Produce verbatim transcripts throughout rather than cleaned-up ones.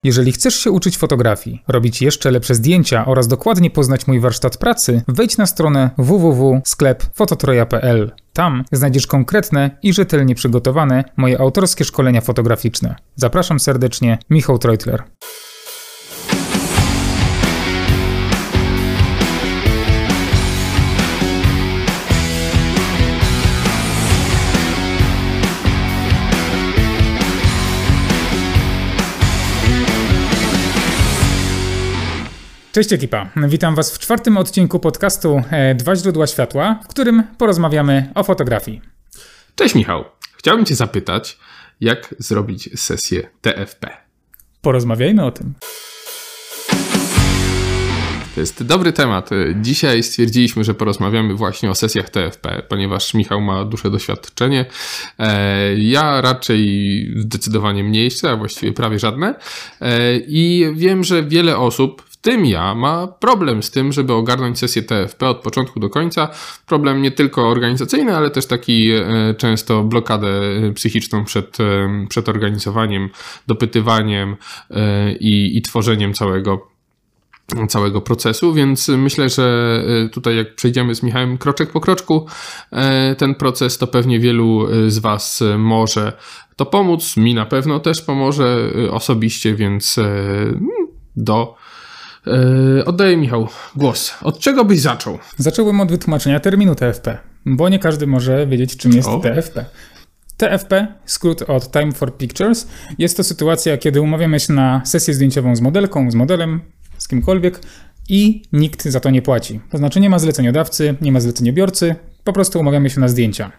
Jeżeli chcesz się uczyć fotografii, robić jeszcze lepsze zdjęcia oraz dokładnie poznać mój warsztat pracy, wejdź na stronę w w w kropka sklep fototroja kropka p l. Tam znajdziesz konkretne i rzetelnie przygotowane moje autorskie szkolenia fotograficzne. Zapraszam serdecznie, Michał Treutler. Cześć ekipa, witam Was w czwartym odcinku podcastu Dwa źródła światła, w którym porozmawiamy o fotografii. Cześć Michał, chciałbym Cię zapytać, jak zrobić sesję T F P? Porozmawiajmy o tym. To jest dobry temat. Dzisiaj stwierdziliśmy, że porozmawiamy właśnie o sesjach T F P, ponieważ Michał ma duże doświadczenie. Ja raczej zdecydowanie mniejsze, a właściwie prawie żadne. I wiem, że wiele osób, w tym ja, ma problem z tym, żeby ogarnąć sesję T F P od początku do końca. Problem nie tylko organizacyjny, ale też taki często blokadę psychiczną przed, przed organizowaniem, dopytywaniem i, i tworzeniem całego całego procesu, więc myślę, że tutaj jak przejdziemy z Michałem kroczek po kroczku ten proces, to pewnie wielu z Was może to pomóc. Mi na pewno też pomoże osobiście, więc do oddaję Michał głos. Od czego byś zaczął? Zacząłbym od wytłumaczenia terminu T F P, bo nie każdy może wiedzieć, czym jest o. T F P. T F P, skrót od Time for Pictures, jest to sytuacja, kiedy umawiamy się na sesję zdjęciową z modelką, z modelem, z kimkolwiek i nikt za to nie płaci. To znaczy nie ma zleceniodawcy, nie ma zleceniobiorcy, po prostu umawiamy się na zdjęcia.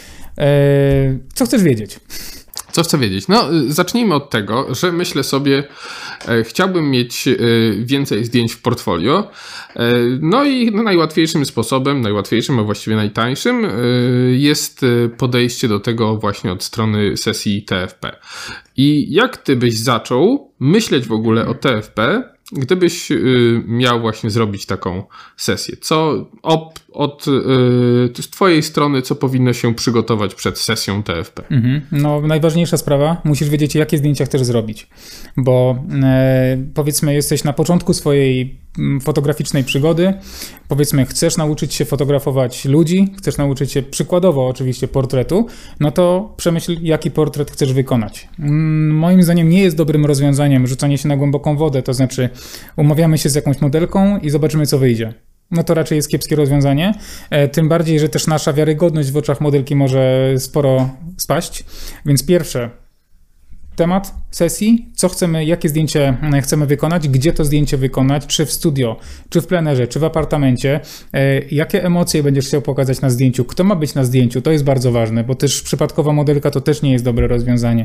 Eee, co chcesz wiedzieć? Co chcę wiedzieć? No, zacznijmy od tego, że myślę sobie, e, chciałbym mieć e, więcej zdjęć w portfolio. E, no i najłatwiejszym sposobem, najłatwiejszym, a właściwie najtańszym e, jest podejście do tego właśnie od strony sesji T F P. I jak ty byś zaczął myśleć w ogóle o T F P, gdybyś y, miał właśnie zrobić taką sesję? Co op, od y, z twojej strony, co powinno się przygotować przed sesją T F P? Mhm. No najważniejsza sprawa, musisz wiedzieć, jakie zdjęcia chcesz zrobić, bo y, powiedzmy jesteś na początku swojej fotograficznej przygody, powiedzmy chcesz nauczyć się fotografować ludzi, chcesz nauczyć się przykładowo oczywiście portretu, no to przemyśl, jaki portret chcesz wykonać. Moim zdaniem nie jest dobrym rozwiązaniem rzucanie się na głęboką wodę, to znaczy umawiamy się z jakąś modelką i zobaczymy, co wyjdzie. No to raczej jest kiepskie rozwiązanie, tym bardziej, że też nasza wiarygodność w oczach modelki może sporo spaść, więc pierwsze, temat sesji, co chcemy, jakie zdjęcie chcemy wykonać, gdzie to zdjęcie wykonać, czy w studio, czy w plenerze, czy w apartamencie, e, jakie emocje będziesz chciał pokazać na zdjęciu, kto ma być na zdjęciu, to jest bardzo ważne, bo też przypadkowa modelka to też nie jest dobre rozwiązanie.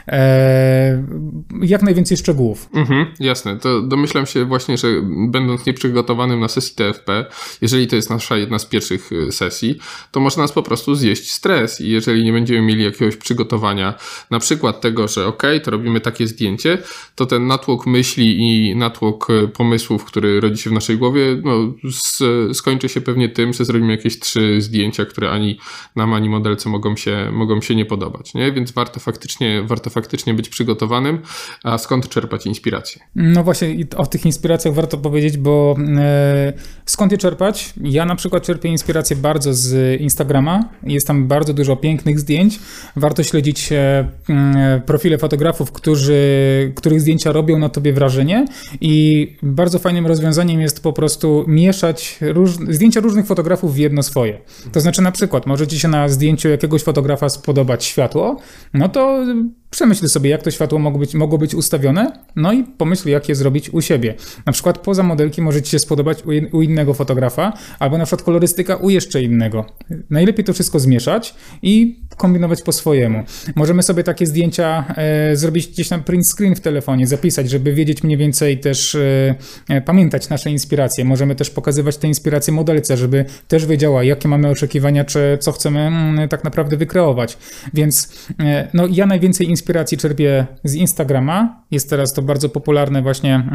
E, jak najwięcej szczegółów. Mhm, jasne, to domyślam się właśnie, że będąc nieprzygotowanym na sesji T F P, jeżeli to jest nasza jedna z pierwszych sesji, to może nas po prostu zjeść stres i jeżeli nie będziemy mieli jakiegoś przygotowania, na przykład tego, że ok, to robimy takie zdjęcie, to ten natłok myśli i natłok pomysłów, który rodzi się w naszej głowie, no, z, skończy się pewnie tym, że zrobimy jakieś trzy zdjęcia, które ani nam, ani modelce mogą się, mogą się nie podobać, nie? Więc warto faktycznie, warto faktycznie być przygotowanym. A skąd czerpać inspirację? No właśnie o tych inspiracjach warto powiedzieć, bo e, skąd je czerpać? Ja na przykład czerpię inspirację bardzo z Instagrama. Jest tam bardzo dużo pięknych zdjęć. Warto śledzić e, profile fotografów, którzy, których zdjęcia robią na tobie wrażenie i bardzo fajnym rozwiązaniem jest po prostu mieszać róż, zdjęcia różnych fotografów w jedno swoje. To znaczy na przykład może ci się na zdjęciu jakiegoś fotografa spodobać światło, no to przemyśl sobie, jak to światło mogło być, mogło być ustawione, no i pomyśl, jak je zrobić u siebie. Na przykład poza modelki może ci się spodobać u, u innego fotografa, albo na przykład kolorystyka u jeszcze innego. Najlepiej to wszystko zmieszać i kombinować po swojemu. Możemy sobie takie zdjęcia e, zrobić gdzieś tam print screen w telefonie, zapisać, żeby wiedzieć mniej więcej też, e, pamiętać nasze inspiracje. Możemy też pokazywać te inspiracje modelce, żeby też wiedziała, jakie mamy oczekiwania, czy co chcemy mm, tak naprawdę wykreować. Więc e, no ja najwięcej inspiracji Inspiracji czerpię z Instagrama. Jest teraz to bardzo popularne właśnie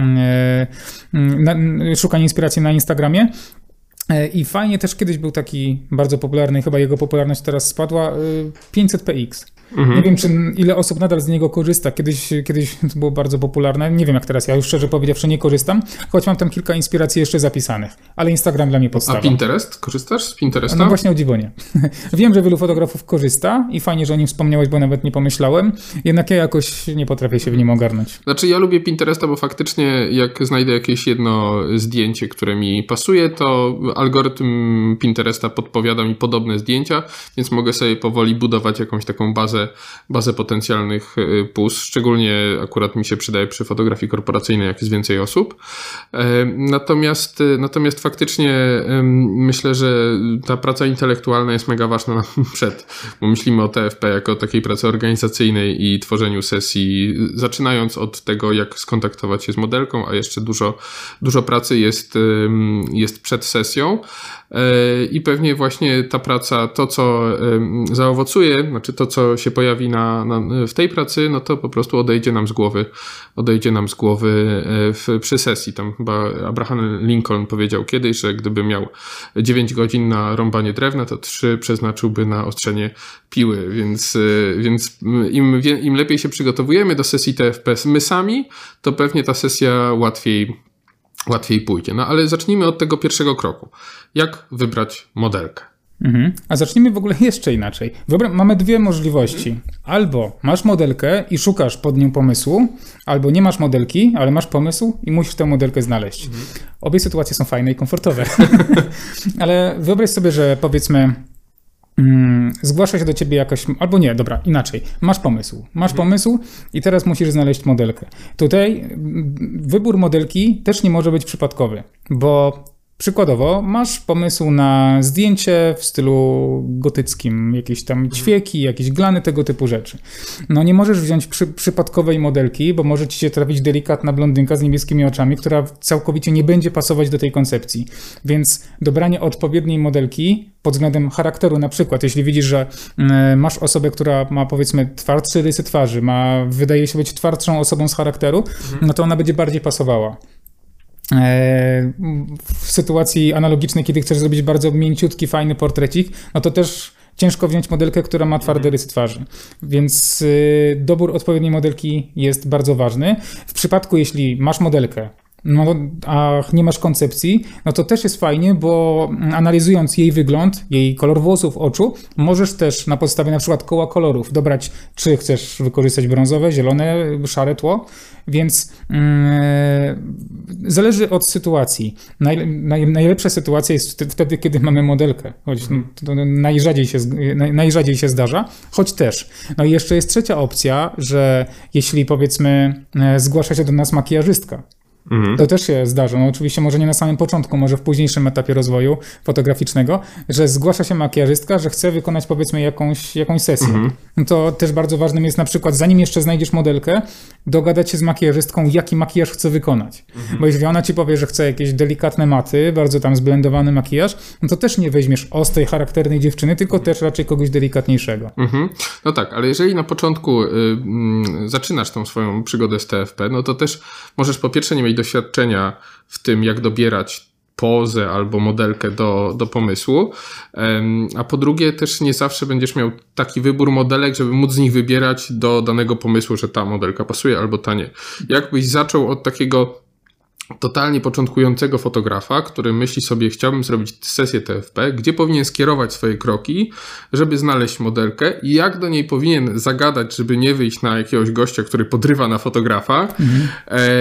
szukanie inspiracji na Instagramie. I fajnie też kiedyś był taki bardzo popularny, chyba jego popularność teraz spadła, pięćset P X. Mhm. Nie wiem, czy ile osób nadal z niego korzysta. Kiedyś, kiedyś to było bardzo popularne. Nie wiem jak teraz. Ja już szczerze powiedziawszy nie korzystam, choć mam tam kilka inspiracji jeszcze zapisanych. Ale Instagram dla mnie podstawa. A Pinterest? Korzystasz z Pinteresta? No właśnie o dziwo nie. Wiem, że wielu fotografów korzysta i fajnie, że o nim wspomniałeś, bo nawet nie pomyślałem. Jednak ja jakoś nie potrafię się w nim ogarnąć. Znaczy ja lubię Pinteresta, bo faktycznie jak znajdę jakieś jedno zdjęcie, które mi pasuje, to algorytm Pinteresta podpowiada mi podobne zdjęcia, więc mogę sobie powoli budować jakąś taką bazę, bazę potencjalnych pus. Szczególnie akurat mi się przydaje przy fotografii korporacyjnej, jak jest więcej osób. Natomiast, natomiast faktycznie myślę, że ta praca intelektualna jest mega ważna przed, bo myślimy o T F P jako takiej pracy organizacyjnej i tworzeniu sesji, zaczynając od tego, jak skontaktować się z modelką, a jeszcze dużo, dużo pracy jest, jest przed sesją. I pewnie właśnie ta praca, to co zaowocuje, znaczy to co się pojawi na, na, w tej pracy, no to po prostu odejdzie nam z głowy, odejdzie nam z głowy w, przy sesji. Tam chyba Abraham Lincoln powiedział kiedyś, że gdyby miał dziewięć godzin na rąbanie drewna, to trzy przeznaczyłby na ostrzenie piły, więc, więc im, im lepiej się przygotowujemy do sesji T F P my sami, to pewnie ta sesja łatwiej łatwiej pójdzie. No ale zacznijmy od tego pierwszego kroku. Jak wybrać modelkę? Mhm. A zacznijmy w ogóle jeszcze inaczej. Wybra- mamy dwie możliwości. Mhm. Albo masz modelkę i szukasz pod nią pomysłu, albo nie masz modelki, ale masz pomysł i musisz tę modelkę znaleźć. Mhm. Obie sytuacje są fajne i komfortowe. Ale wyobraź sobie, że powiedzmy Hmm, zgłasza się do ciebie jakaś, albo nie, dobra, inaczej. Masz pomysł. Masz mhm. pomysł i teraz musisz znaleźć modelkę. Tutaj wybór modelki też nie może być przypadkowy, bo przykładowo masz pomysł na zdjęcie w stylu gotyckim, jakieś tam ćwieki, jakieś glany, tego typu rzeczy. No nie możesz wziąć przy, przypadkowej modelki, bo może ci się trafić delikatna blondynka z niebieskimi oczami, która całkowicie nie będzie pasować do tej koncepcji. Więc dobranie odpowiedniej modelki pod względem charakteru, na przykład jeśli widzisz, że masz osobę, która ma powiedzmy twardsze rysy twarzy, ma, wydaje się być twardszą osobą z charakteru, mhm. no to ona będzie bardziej pasowała. W sytuacji analogicznej, kiedy chcesz zrobić bardzo mięciutki, fajny portrecik, no to też ciężko wziąć modelkę, która ma twarde rysy twarzy. Więc dobór odpowiedniej modelki jest bardzo ważny. W przypadku, jeśli masz modelkę, no, a nie masz koncepcji, no to też jest fajnie, bo analizując jej wygląd, jej kolor włosów, oczu, możesz też na podstawie na przykład koła kolorów dobrać, czy chcesz wykorzystać brązowe, zielone, szare tło, więc yy, zależy od sytuacji. Naj, naj, najlepsza sytuacja jest wtedy, kiedy mamy modelkę, choć to najrzadziej się, naj, najrzadziej się zdarza, choć też. No i jeszcze jest trzecia opcja, że jeśli powiedzmy zgłasza się do nas makijażystka, Mhm. to też się zdarza. No oczywiście może nie na samym początku, może w późniejszym etapie rozwoju fotograficznego, że zgłasza się makijażystka, że chce wykonać powiedzmy jakąś, jakąś sesję. Mhm. No to też bardzo ważnym jest na przykład, zanim jeszcze znajdziesz modelkę, dogadać się z makijażystką, jaki makijaż chce wykonać. Mhm. Bo jeśli ona ci powie, że chce jakieś delikatne maty, bardzo tam zblendowany makijaż, no to też nie weźmiesz ostrej, charakternej dziewczyny, tylko mhm. też raczej kogoś delikatniejszego. Mhm. No tak, ale jeżeli na początku y, y, zaczynasz tą swoją przygodę z T F P, no to też możesz po pierwsze nie mieć doświadczenia w tym, jak dobierać pozę albo modelkę do, do pomysłu, a po drugie też nie zawsze będziesz miał taki wybór modelek, żeby móc z nich wybierać do danego pomysłu, że ta modelka pasuje albo ta nie. Jakbyś zaczął od takiego totalnie początkującego fotografa, który myśli sobie, chciałbym zrobić sesję T F P, gdzie powinien skierować swoje kroki, żeby znaleźć modelkę i jak do niej powinien zagadać, żeby nie wyjść na jakiegoś gościa, który podrywa na fotografa mhm.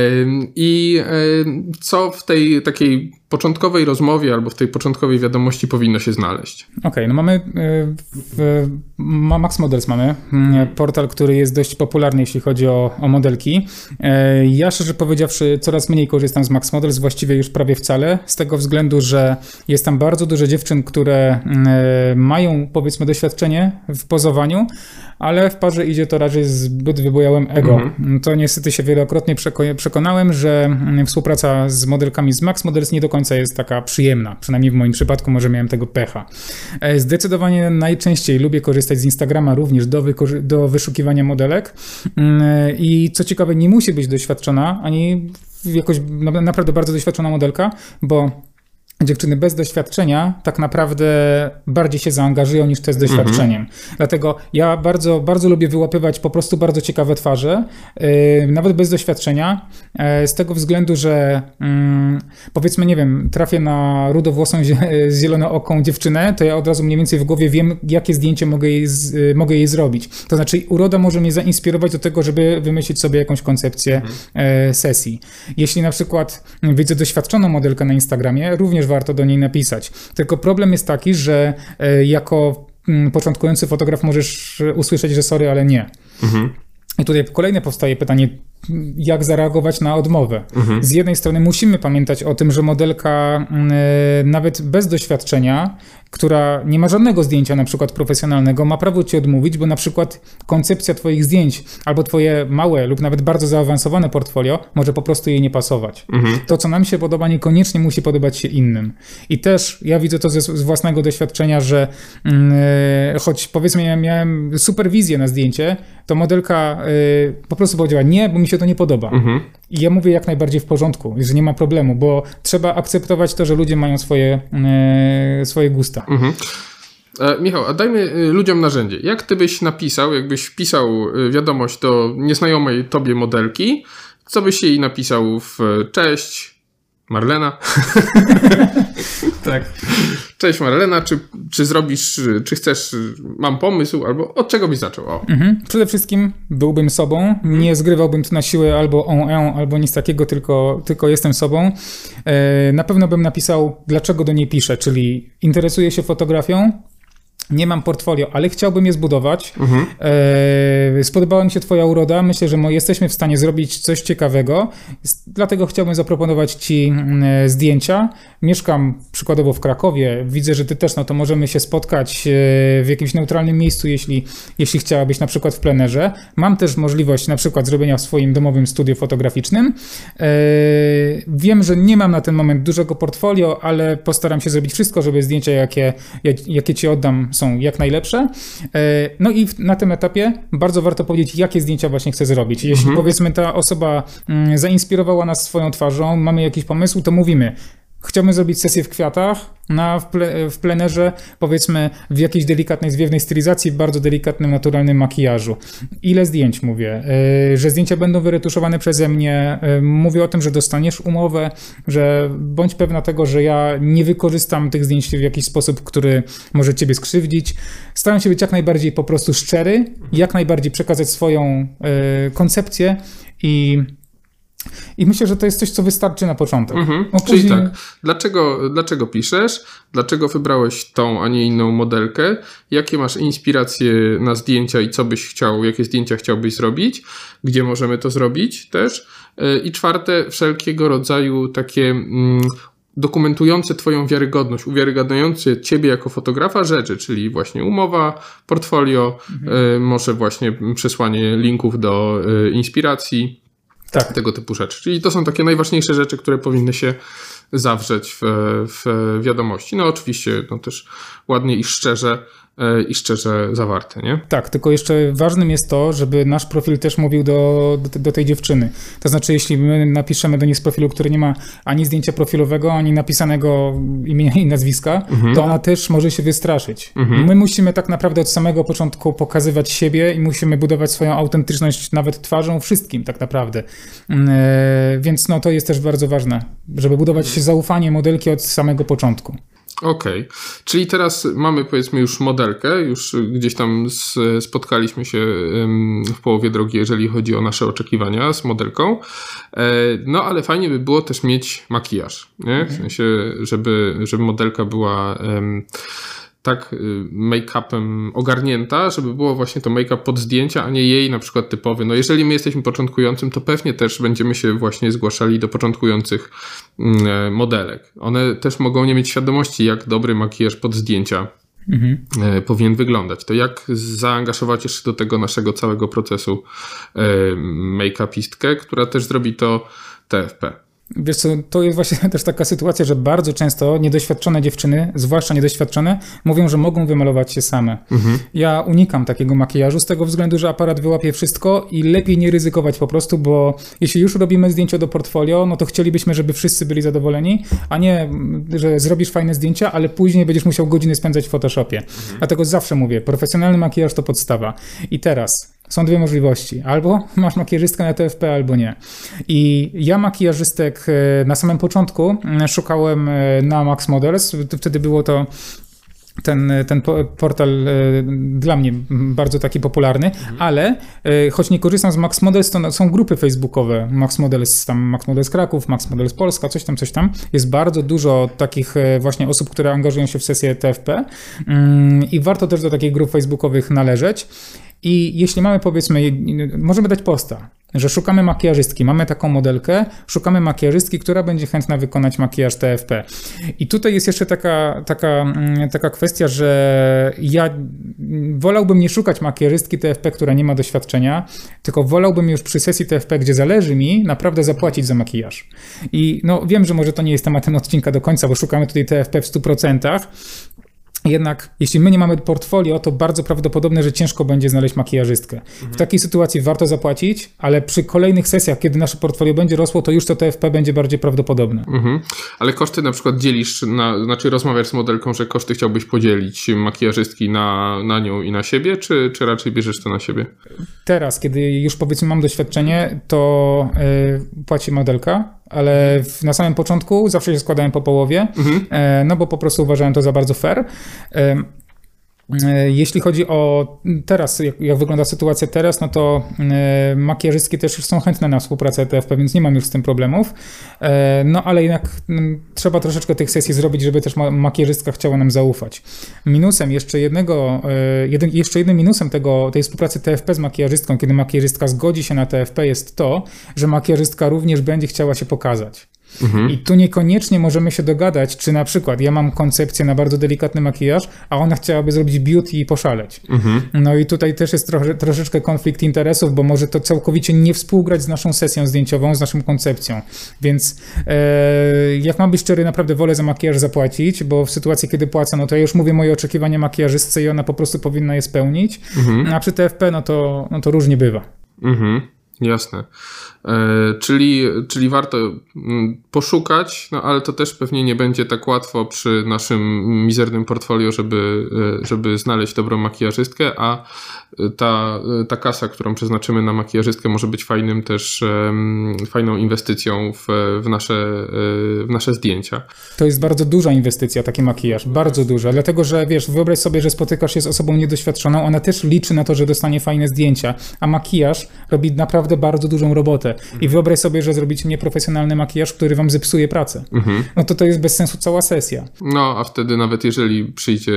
i co w tej takiej początkowej rozmowie albo w tej początkowej wiadomości powinno się znaleźć. Okej, okay, no mamy w Max Models mamy portal, który jest dość popularny, jeśli chodzi o, o modelki. Ja szczerze powiedziawszy coraz mniej korzystam z Max Models, właściwie już prawie wcale, z tego względu, że jest tam bardzo dużo dziewczyn, które mają powiedzmy doświadczenie w pozowaniu, ale w parze idzie to raczej zbyt wybujałym ego. Mhm. To niestety się wielokrotnie przekonałem, że współpraca z modelkami z Max Models nie do końca jest taka przyjemna. Przynajmniej w moim przypadku może miałem tego pecha. Zdecydowanie najczęściej lubię korzystać z Instagrama również do, do wyszukiwania modelek i co ciekawe nie musi być doświadczona, ani jakoś naprawdę bardzo doświadczona modelka, bo dziewczyny bez doświadczenia tak naprawdę bardziej się zaangażują niż te z doświadczeniem. Mhm. Dlatego ja bardzo, bardzo lubię wyłapywać po prostu bardzo ciekawe twarze, yy, nawet bez doświadczenia, yy, z tego względu, że yy, powiedzmy, nie wiem, trafię na rudowłosą, z zielonooką dziewczynę, to ja od razu mniej więcej w głowie wiem, jakie zdjęcie mogę jej, z, yy, mogę jej zrobić. To znaczy uroda może mnie zainspirować do tego, żeby wymyślić sobie jakąś koncepcję mhm. yy, sesji. Jeśli na przykład widzę doświadczoną modelkę na Instagramie, również warto do niej napisać. Tylko problem jest taki, że jako początkujący fotograf możesz usłyszeć, że sorry, ale nie. Mhm. I tutaj kolejne powstaje pytanie, jak zareagować na odmowę. Mhm. Z jednej strony musimy pamiętać o tym, że modelka y, nawet bez doświadczenia, która nie ma żadnego zdjęcia na przykład profesjonalnego, ma prawo ci odmówić, bo na przykład koncepcja twoich zdjęć albo twoje małe lub nawet bardzo zaawansowane portfolio może po prostu jej nie pasować. Mhm. To, co nam się podoba, niekoniecznie musi podobać się innym. I też ja widzę to ze, z własnego doświadczenia, że y, choć powiedzmy ja miałem super wizję na zdjęcie, to modelka y, po prostu powiedziała nie, bo mi się to nie podoba. Mhm. I ja mówię jak najbardziej w porządku, że nie ma problemu, bo trzeba akceptować to, że ludzie mają swoje, e, swoje gusta. Mhm. E, Michał, a dajmy ludziom narzędzie. Jak ty byś napisał, jakbyś wpisał wiadomość do nieznajomej tobie modelki, co byś jej napisał w cześć, Marlena? Tak. Cześć Marlena, czy, czy zrobisz, czy chcesz, mam pomysł, albo od czego byś zaczął? O. Mhm. Przede wszystkim byłbym sobą, nie zgrywałbym tu na siłę albo on, on, albo nic takiego, tylko, tylko jestem sobą. E, na pewno bym napisał, dlaczego do niej piszę, czyli interesuję się fotografią, nie mam portfolio, ale chciałbym je zbudować. Mhm. E, spodobała mi się twoja uroda. Myślę, że jesteśmy w stanie zrobić coś ciekawego. Dlatego chciałbym zaproponować ci e, zdjęcia. Mieszkam przykładowo w Krakowie. Widzę, że ty też, no to możemy się spotkać e, w jakimś neutralnym miejscu, jeśli, jeśli chciałabyś, na przykład w plenerze. Mam też możliwość na przykład zrobienia w swoim domowym studiu fotograficznym. E, wiem, że nie mam na ten moment dużego portfolio, ale postaram się zrobić wszystko, żeby zdjęcia, jakie, jakie ci oddam, są jak najlepsze. No i na tym etapie bardzo warto powiedzieć, jakie zdjęcia właśnie chcę zrobić. Jeśli mhm. powiedzmy ta osoba zainspirowała nas swoją twarzą, mamy jakiś pomysł, to mówimy, chciałbym zrobić sesję w kwiatach, na, w, ple, w plenerze, powiedzmy w jakiejś delikatnej, zwiewnej stylizacji, w bardzo delikatnym, naturalnym makijażu. Ile zdjęć mówię? Yy, że zdjęcia będą wyretuszowane przeze mnie. Yy, mówię o tym, że dostaniesz umowę, że bądź pewna tego, że ja nie wykorzystam tych zdjęć w jakiś sposób, który może ciebie skrzywdzić. Staram się być jak najbardziej po prostu szczery, jak najbardziej przekazać swoją yy, koncepcję i I myślę, że to jest coś, co wystarczy na początek. Mhm. No, później... Czyli tak, dlaczego, dlaczego piszesz? Dlaczego wybrałeś tą, a nie inną modelkę? Jakie masz inspiracje na zdjęcia i co byś chciał, jakie zdjęcia chciałbyś zrobić? Gdzie możemy to zrobić też? I czwarte, wszelkiego rodzaju takie mm, dokumentujące twoją wiarygodność, uwiarygadniające ciebie jako fotografa rzeczy, czyli właśnie umowa, portfolio, mhm. y, może właśnie przesłanie linków do y, inspiracji. Tak. Tego typu rzeczy. Czyli to są takie najważniejsze rzeczy, które powinny się zawrzeć w, w wiadomości. No oczywiście no też ładnie i szczerze i szczerze zawarte, nie? Tak, tylko jeszcze ważnym jest to, żeby nasz profil też mówił do, do, do tej dziewczyny. To znaczy, jeśli my napiszemy do niej z profilu, który nie ma ani zdjęcia profilowego, ani napisanego imienia i nazwiska, mhm. to ona też może się wystraszyć. Mhm. My musimy tak naprawdę od samego początku pokazywać siebie i musimy budować swoją autentyczność nawet twarzą wszystkim tak naprawdę. Yy, więc no to jest też bardzo ważne, żeby budować zaufanie modelki od samego początku. Okej, okay. Czyli teraz mamy powiedzmy już modelkę, już gdzieś tam z, spotkaliśmy się w połowie drogi, jeżeli chodzi o nasze oczekiwania z modelką, no ale fajnie by było też mieć makijaż, nie? W sensie, żeby, żeby modelka była um, tak make-upem ogarnięta, żeby było właśnie to make-up pod zdjęcia, a nie jej na przykład typowy. No jeżeli my jesteśmy początkującym, to pewnie też będziemy się właśnie zgłaszali do początkujących modelek. One też mogą nie mieć świadomości, jak dobry makijaż pod zdjęcia mhm. powinien wyglądać. To jak zaangażować jeszcze do tego naszego całego procesu make-upistkę, która też zrobi to T F P? Wiesz co, to jest właśnie też taka sytuacja, że bardzo często niedoświadczone dziewczyny, zwłaszcza niedoświadczone, mówią, że mogą wymalować się same. Mhm. Ja unikam takiego makijażu z tego względu, że aparat wyłapie wszystko i lepiej nie ryzykować po prostu, bo jeśli już robimy zdjęcie do portfolio, no to chcielibyśmy, żeby wszyscy byli zadowoleni, a nie, że zrobisz fajne zdjęcia, ale później będziesz musiał godziny spędzać w Photoshopie. Mhm. Dlatego zawsze mówię, profesjonalny makijaż to podstawa. I teraz są dwie możliwości. Albo masz makijażystkę na T F P, albo nie. I ja makijażystek na samym początku szukałem na Max Models. Wtedy było to ten, ten portal dla mnie bardzo taki popularny, mhm. ale choć nie korzystam z Max Models, to są grupy facebookowe. Max Models, tam Max Models Kraków, Max Models Polska, coś tam, coś tam. Jest bardzo dużo takich właśnie osób, które angażują się w sesję T F P i warto też do takich grup facebookowych należeć. I jeśli mamy, powiedzmy, możemy dać posta, że szukamy makijażystki, mamy taką modelkę, szukamy makijażystki, która będzie chętna wykonać makijaż T F P. I tutaj jest jeszcze taka, taka, taka kwestia, że ja wolałbym nie szukać makijażystki T F P, która nie ma doświadczenia, tylko wolałbym już przy sesji T F P, gdzie zależy mi, naprawdę zapłacić za makijaż. I no wiem, że może to nie jest tematem odcinka do końca, bo szukamy tutaj T F P w stu procentach. Jednak jeśli my nie mamy portfolio, to bardzo prawdopodobne, że ciężko będzie znaleźć makijażystkę. Mhm. W takiej sytuacji warto zapłacić, ale przy kolejnych sesjach, kiedy nasze portfolio będzie rosło, to już to T F P będzie bardziej prawdopodobne. Mhm. Ale koszty na przykład dzielisz, na, znaczy rozmawiasz z modelką, że koszty chciałbyś podzielić makijażystki na, na nią i na siebie, czy, czy raczej bierzesz to na siebie? Teraz, kiedy już powiedzmy mam doświadczenie, to yy, płaci modelka, ale w, na samym początku zawsze się składałem po połowie, mhm. e, no bo po prostu uważałem to za bardzo fair. E, e, jeśli chodzi o teraz, jak, jak wygląda sytuacja teraz, no to e, makijażystki też już są chętne na współpracę T F P, więc nie mam już z tym problemów. E, no ale jednak m, trzeba troszeczkę tych sesji zrobić, żeby też ma, makijażystka chciała nam zaufać. Minusem jeszcze jednego, e, jeden, jeszcze jednym minusem tego, tej współpracy T F P z makijażystką, kiedy makijażystka zgodzi się na T F P, jest to, że makijażystka również będzie chciała się pokazać. Mhm. I tu niekoniecznie możemy się dogadać, czy na przykład ja mam koncepcję na bardzo delikatny makijaż, a ona chciałaby zrobić beauty i poszaleć. Mhm. No i tutaj też jest trosze, troszeczkę konflikt interesów, bo może to całkowicie nie współgrać z naszą sesją zdjęciową, z naszą koncepcją. Więc e, jak mam być szczery, naprawdę wolę za makijaż zapłacić, bo w sytuacji, kiedy płacę, no to ja już mówię moje oczekiwania makijażystce i ona po prostu powinna je spełnić. Mhm. A przy T F P no to, no to różnie bywa. Mhm. Jasne. E, czyli, czyli warto poszukać, no ale to też pewnie nie będzie tak łatwo przy naszym mizernym portfolio, żeby, żeby znaleźć dobrą makijażystkę, a ta, ta kasa, którą przeznaczymy na makijażystkę, może być fajnym też, um, fajną inwestycją w, w, nasze, w nasze zdjęcia. To jest bardzo duża inwestycja, taki makijaż, bardzo duża, dlatego że wiesz, wyobraź sobie, że spotykasz się z osobą niedoświadczoną, ona też liczy na to, że dostanie fajne zdjęcia, a makijaż robi naprawdę bardzo dużą robotę. I wyobraź sobie, że zrobicie nieprofesjonalny makijaż, który wam zepsuje pracę. Mhm. No to to jest bez sensu cała sesja. No, a wtedy nawet jeżeli przyjdzie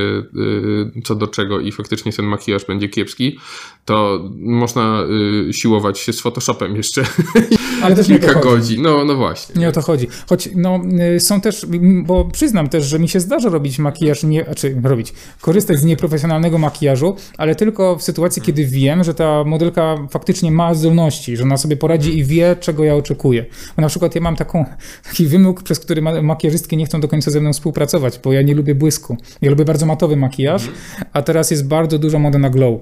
y, co do czego i faktycznie ten makijaż będzie kiepski, to można y, siłować się z Photoshopem jeszcze. Ale też nie kilka godzin. No, no właśnie. Nie o to chodzi. Choć no, są też, bo przyznam też, że mi się zdarza robić makijaż, nie, znaczy robić, korzystać z nieprofesjonalnego makijażu, ale tylko w sytuacji, kiedy wiem, że ta modelka faktycznie ma zdolności, że ona sobie poradzi i wie, czego ja oczekuję. Bo na przykład ja mam taką, taki wymóg, przez który makijażystki nie chcą do końca ze mną współpracować, bo ja nie lubię błysku. Ja lubię bardzo matowy makijaż, a teraz jest bardzo duża moda na glow.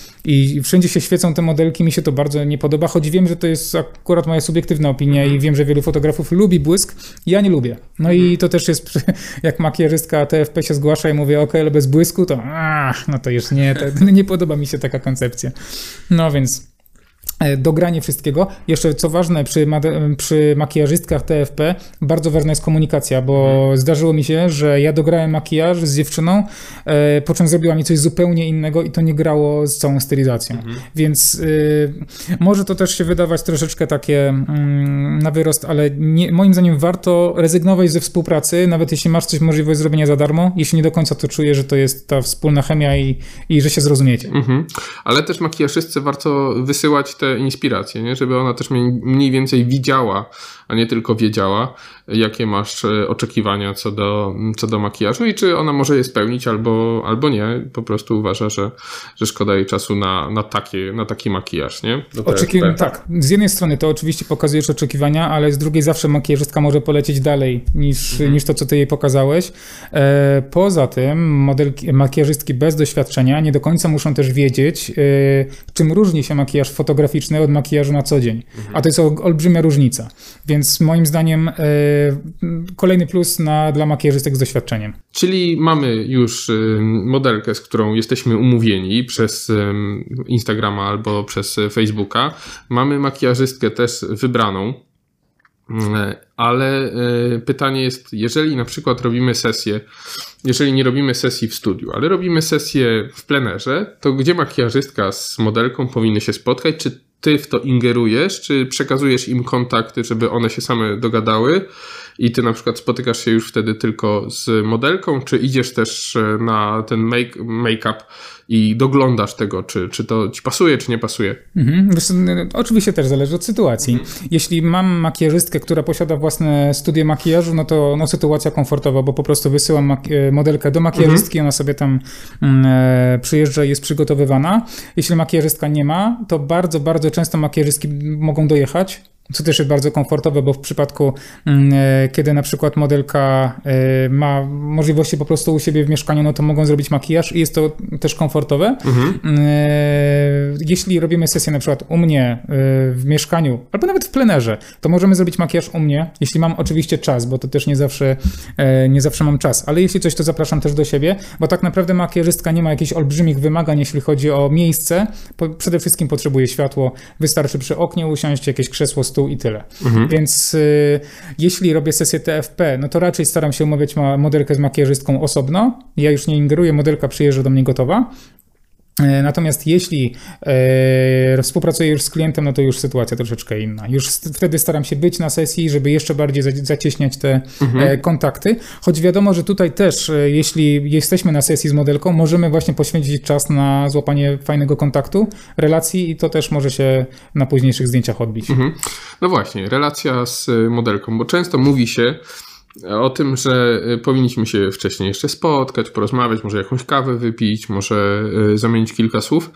I wszędzie się świecą te modelki, mi się to bardzo nie podoba, choć wiem, że to jest akurat moja subiektywna opinia i wiem, że wielu fotografów lubi błysk, ja nie lubię. No i to też jest, jak makijażystka T F P się zgłasza i mówię, ok, ale bez błysku, to ach, no to już nie, to nie podoba mi się taka koncepcja. No więc dogranie wszystkiego. Jeszcze co ważne, przy, przy makijażystkach T F P bardzo ważna jest komunikacja, bo hmm. zdarzyło mi się, że ja dograłem makijaż z dziewczyną, e, po czym zrobiła mi coś zupełnie innego i to nie grało z całą stylizacją. Hmm. Więc e, może to też się wydawać troszeczkę takie mm, na wyrost, ale nie, moim zdaniem warto rezygnować ze współpracy, nawet jeśli masz coś możliwość zrobienia za darmo, jeśli nie do końca to czujesz, że to jest ta wspólna chemia i, i że się zrozumiecie. Hmm. Ale też makijażystce warto wysyłać te inspiracje, nie? Żeby ona też mniej więcej widziała, a nie tylko wiedziała, jakie masz oczekiwania co do, co do makijażu i czy ona może je spełnić albo, albo nie. Po prostu uważa, że, że szkoda jej czasu na, na, takie, na taki makijaż, nie? Oczeki- tak, z jednej strony to oczywiście pokazujesz oczekiwania, ale z drugiej zawsze makijażystka może polecieć dalej niż, mhm. niż to, co ty jej pokazałeś. E, poza tym modelki, makijażystki bez doświadczenia nie do końca muszą też wiedzieć, e, czym różni się makijaż fotograficzny od makijażu na co dzień. Mhm. A to jest ol, olbrzymia różnica. Więc moim zdaniem e, kolejny plus na, dla makijażystek z doświadczeniem. Czyli mamy już modelkę, z którą jesteśmy umówieni przez Instagrama albo przez Facebooka. Mamy makijażystkę też wybraną, ale pytanie jest, jeżeli na przykład robimy sesję, jeżeli nie robimy sesji w studiu, ale robimy sesję w plenerze, to gdzie makijażystka z modelką powinny się spotkać? Czy ty w to ingerujesz, czy przekazujesz im kontakty, żeby one się same dogadały i ty na przykład spotykasz się już wtedy tylko z modelką, czy idziesz też na ten make, make-up i doglądasz tego, czy, czy to ci pasuje, czy nie pasuje? Mhm. Wiesz, oczywiście też zależy od sytuacji. Mhm. Jeśli mam makijażystkę, która posiada własne studio makijażu, no to no, sytuacja komfortowa, bo po prostu wysyłam maki- modelkę do makijażystki, mhm. ona sobie tam e, przyjeżdża i jest przygotowywana. Jeśli makijażystka nie ma, to bardzo, bardzo często makijażystki mogą dojechać, co też jest bardzo komfortowe, bo w przypadku, e, kiedy na przykład modelka e, ma możliwości po prostu u siebie w mieszkaniu, no to mogą zrobić makijaż i jest to też komfortowe. Mhm. E, jeśli robimy sesję na przykład u mnie e, w mieszkaniu, albo nawet w plenerze, to możemy zrobić makijaż u mnie, jeśli mam oczywiście czas, bo to też nie zawsze, e, nie zawsze mam czas, ale jeśli coś, to zapraszam też do siebie, bo tak naprawdę makijażystka nie ma jakichś olbrzymich wymagań, jeśli chodzi o miejsce. Po, przede wszystkim potrzebuje światło, wystarczy przy oknie usiąść, jakieś krzesło, stół i tyle. Mhm. Więc y, jeśli robię sesję T F P, no to raczej staram się umawiać ma modelkę z makijażystką osobno. Ja już nie ingeruję, modelka przyjeżdża do mnie gotowa. Natomiast jeśli e, współpracuję już z klientem, no to już sytuacja troszeczkę inna. Już wtedy staram się być na sesji, żeby jeszcze bardziej zacieśniać te mhm. e, kontakty. Choć wiadomo, że tutaj też, e, jeśli jesteśmy na sesji z modelką, możemy właśnie poświęcić czas na złapanie fajnego kontaktu, relacji i to też może się na późniejszych zdjęciach odbić. Mhm. No właśnie, relacja z modelką, bo często mówi się o tym, że powinniśmy się wcześniej jeszcze spotkać, porozmawiać, może jakąś kawę wypić, może zamienić kilka słów.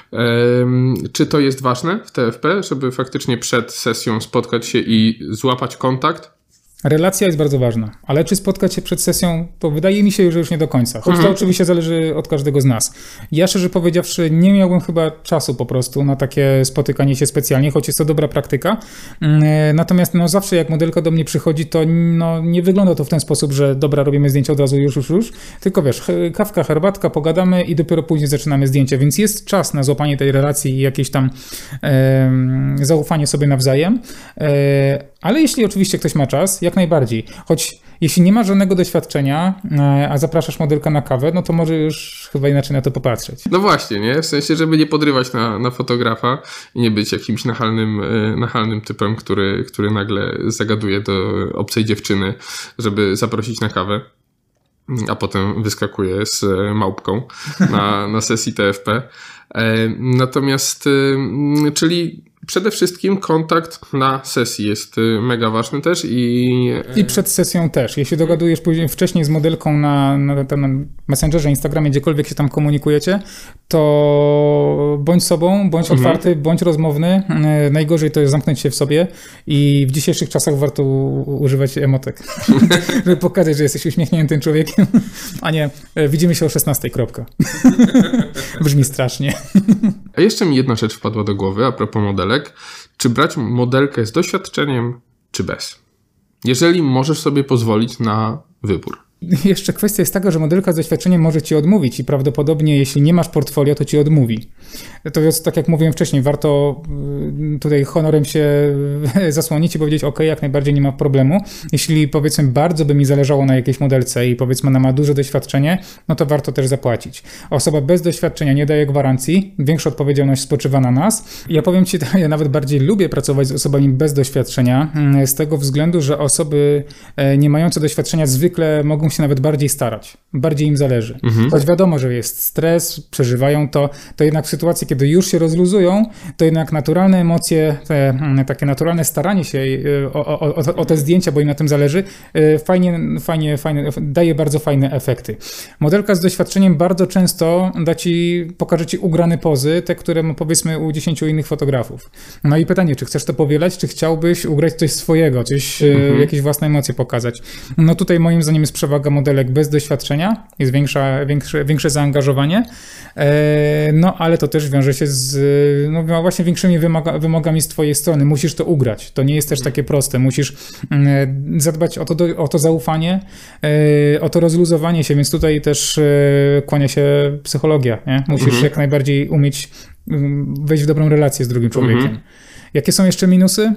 Czy to jest ważne w T F P, żeby faktycznie przed sesją spotkać się i złapać kontakt? Relacja jest bardzo ważna, ale czy spotkać się przed sesją, to wydaje mi się, że już nie do końca. Choć mhm. to oczywiście zależy od każdego z nas. Ja szczerze powiedziawszy nie miałbym chyba czasu po prostu na takie spotykanie się specjalnie, choć jest to dobra praktyka. Natomiast no zawsze jak modelka do mnie przychodzi, to no, nie wygląda to w ten sposób, że dobra, robimy zdjęcie od razu już, już, już. Tylko wiesz, kawka, herbatka, pogadamy i dopiero później zaczynamy zdjęcie, więc jest czas na złapanie tej relacji i jakieś tam e, zaufanie sobie nawzajem. E, ale jeśli oczywiście ktoś ma czas, jak najbardziej. Choć jeśli nie ma żadnego doświadczenia, a zapraszasz modelkę na kawę, no to może już chyba inaczej na to popatrzeć. No właśnie, nie? W sensie, żeby nie podrywać na, na fotografa i nie być jakimś nachalnym, nachalnym typem, który, który nagle zagaduje do obcej dziewczyny, żeby zaprosić na kawę, a potem wyskakuje z małpką na, na sesji T F P. Natomiast, czyli przede wszystkim kontakt na sesji jest mega ważny też i... I przed sesją też. Jeśli dogadujesz później wcześniej z modelką na, na, na Messengerze, Instagramie, gdziekolwiek się tam komunikujecie, to bądź sobą, bądź mhm. otwarty, bądź rozmowny. Najgorzej to jest zamknąć się w sobie i w dzisiejszych czasach warto używać emotek, żeby pokazać, że jesteś uśmiechniętym człowiekiem, a nie widzimy się o szesnastej, kropka. Brzmi strasznie. A jeszcze mi jedna rzecz wpadła do głowy a propos modelek. Czy brać modelkę z doświadczeniem, czy bez? Jeżeli możesz sobie pozwolić na wybór. Jeszcze kwestia jest taka, że modelka z doświadczeniem może ci odmówić i prawdopodobnie jeśli nie masz portfolio, to ci odmówi. To jest, tak jak mówiłem wcześniej, warto tutaj honorem się zasłonić i powiedzieć, ok, jak najbardziej nie ma problemu. Jeśli powiedzmy bardzo by mi zależało na jakiejś modelce i powiedzmy ona ma duże doświadczenie, no to warto też zapłacić. Osoba bez doświadczenia nie daje gwarancji, większa odpowiedzialność spoczywa na nas. Ja powiem ci, ja nawet bardziej lubię pracować z osobami bez doświadczenia, z tego względu, że osoby nie mające doświadczenia zwykle mogą się się nawet bardziej starać, bardziej im zależy. Mhm. Choć wiadomo, że jest stres, przeżywają to, to jednak w sytuacji, kiedy już się rozluzują, to jednak naturalne emocje, te, takie naturalne staranie się o, o, o, o te zdjęcia, bo im na tym zależy, fajnie, fajnie, fajnie, daje bardzo fajne efekty. Modelka z doświadczeniem bardzo często da ci, pokaże ci ugrane pozy, te, które powiedzmy u dziesięciu innych fotografów. No i pytanie, czy chcesz to powielać, czy chciałbyś ugrać coś swojego, coś, mhm. jakieś własne emocje pokazać. No tutaj moim zdaniem jest przewaga modelek bez doświadczenia, jest większa, większe, większe zaangażowanie, no ale to też wiąże się z no, właśnie większymi wymaga, wymogami z twojej strony. Musisz to ugrać. To nie jest też takie proste. Musisz zadbać o to, o to zaufanie, o to rozluzowanie się, więc tutaj też kłania się psychologia. Nie? Musisz mhm. jak najbardziej umieć wejść w dobrą relację z drugim człowiekiem. Mhm. Jakie są jeszcze minusy?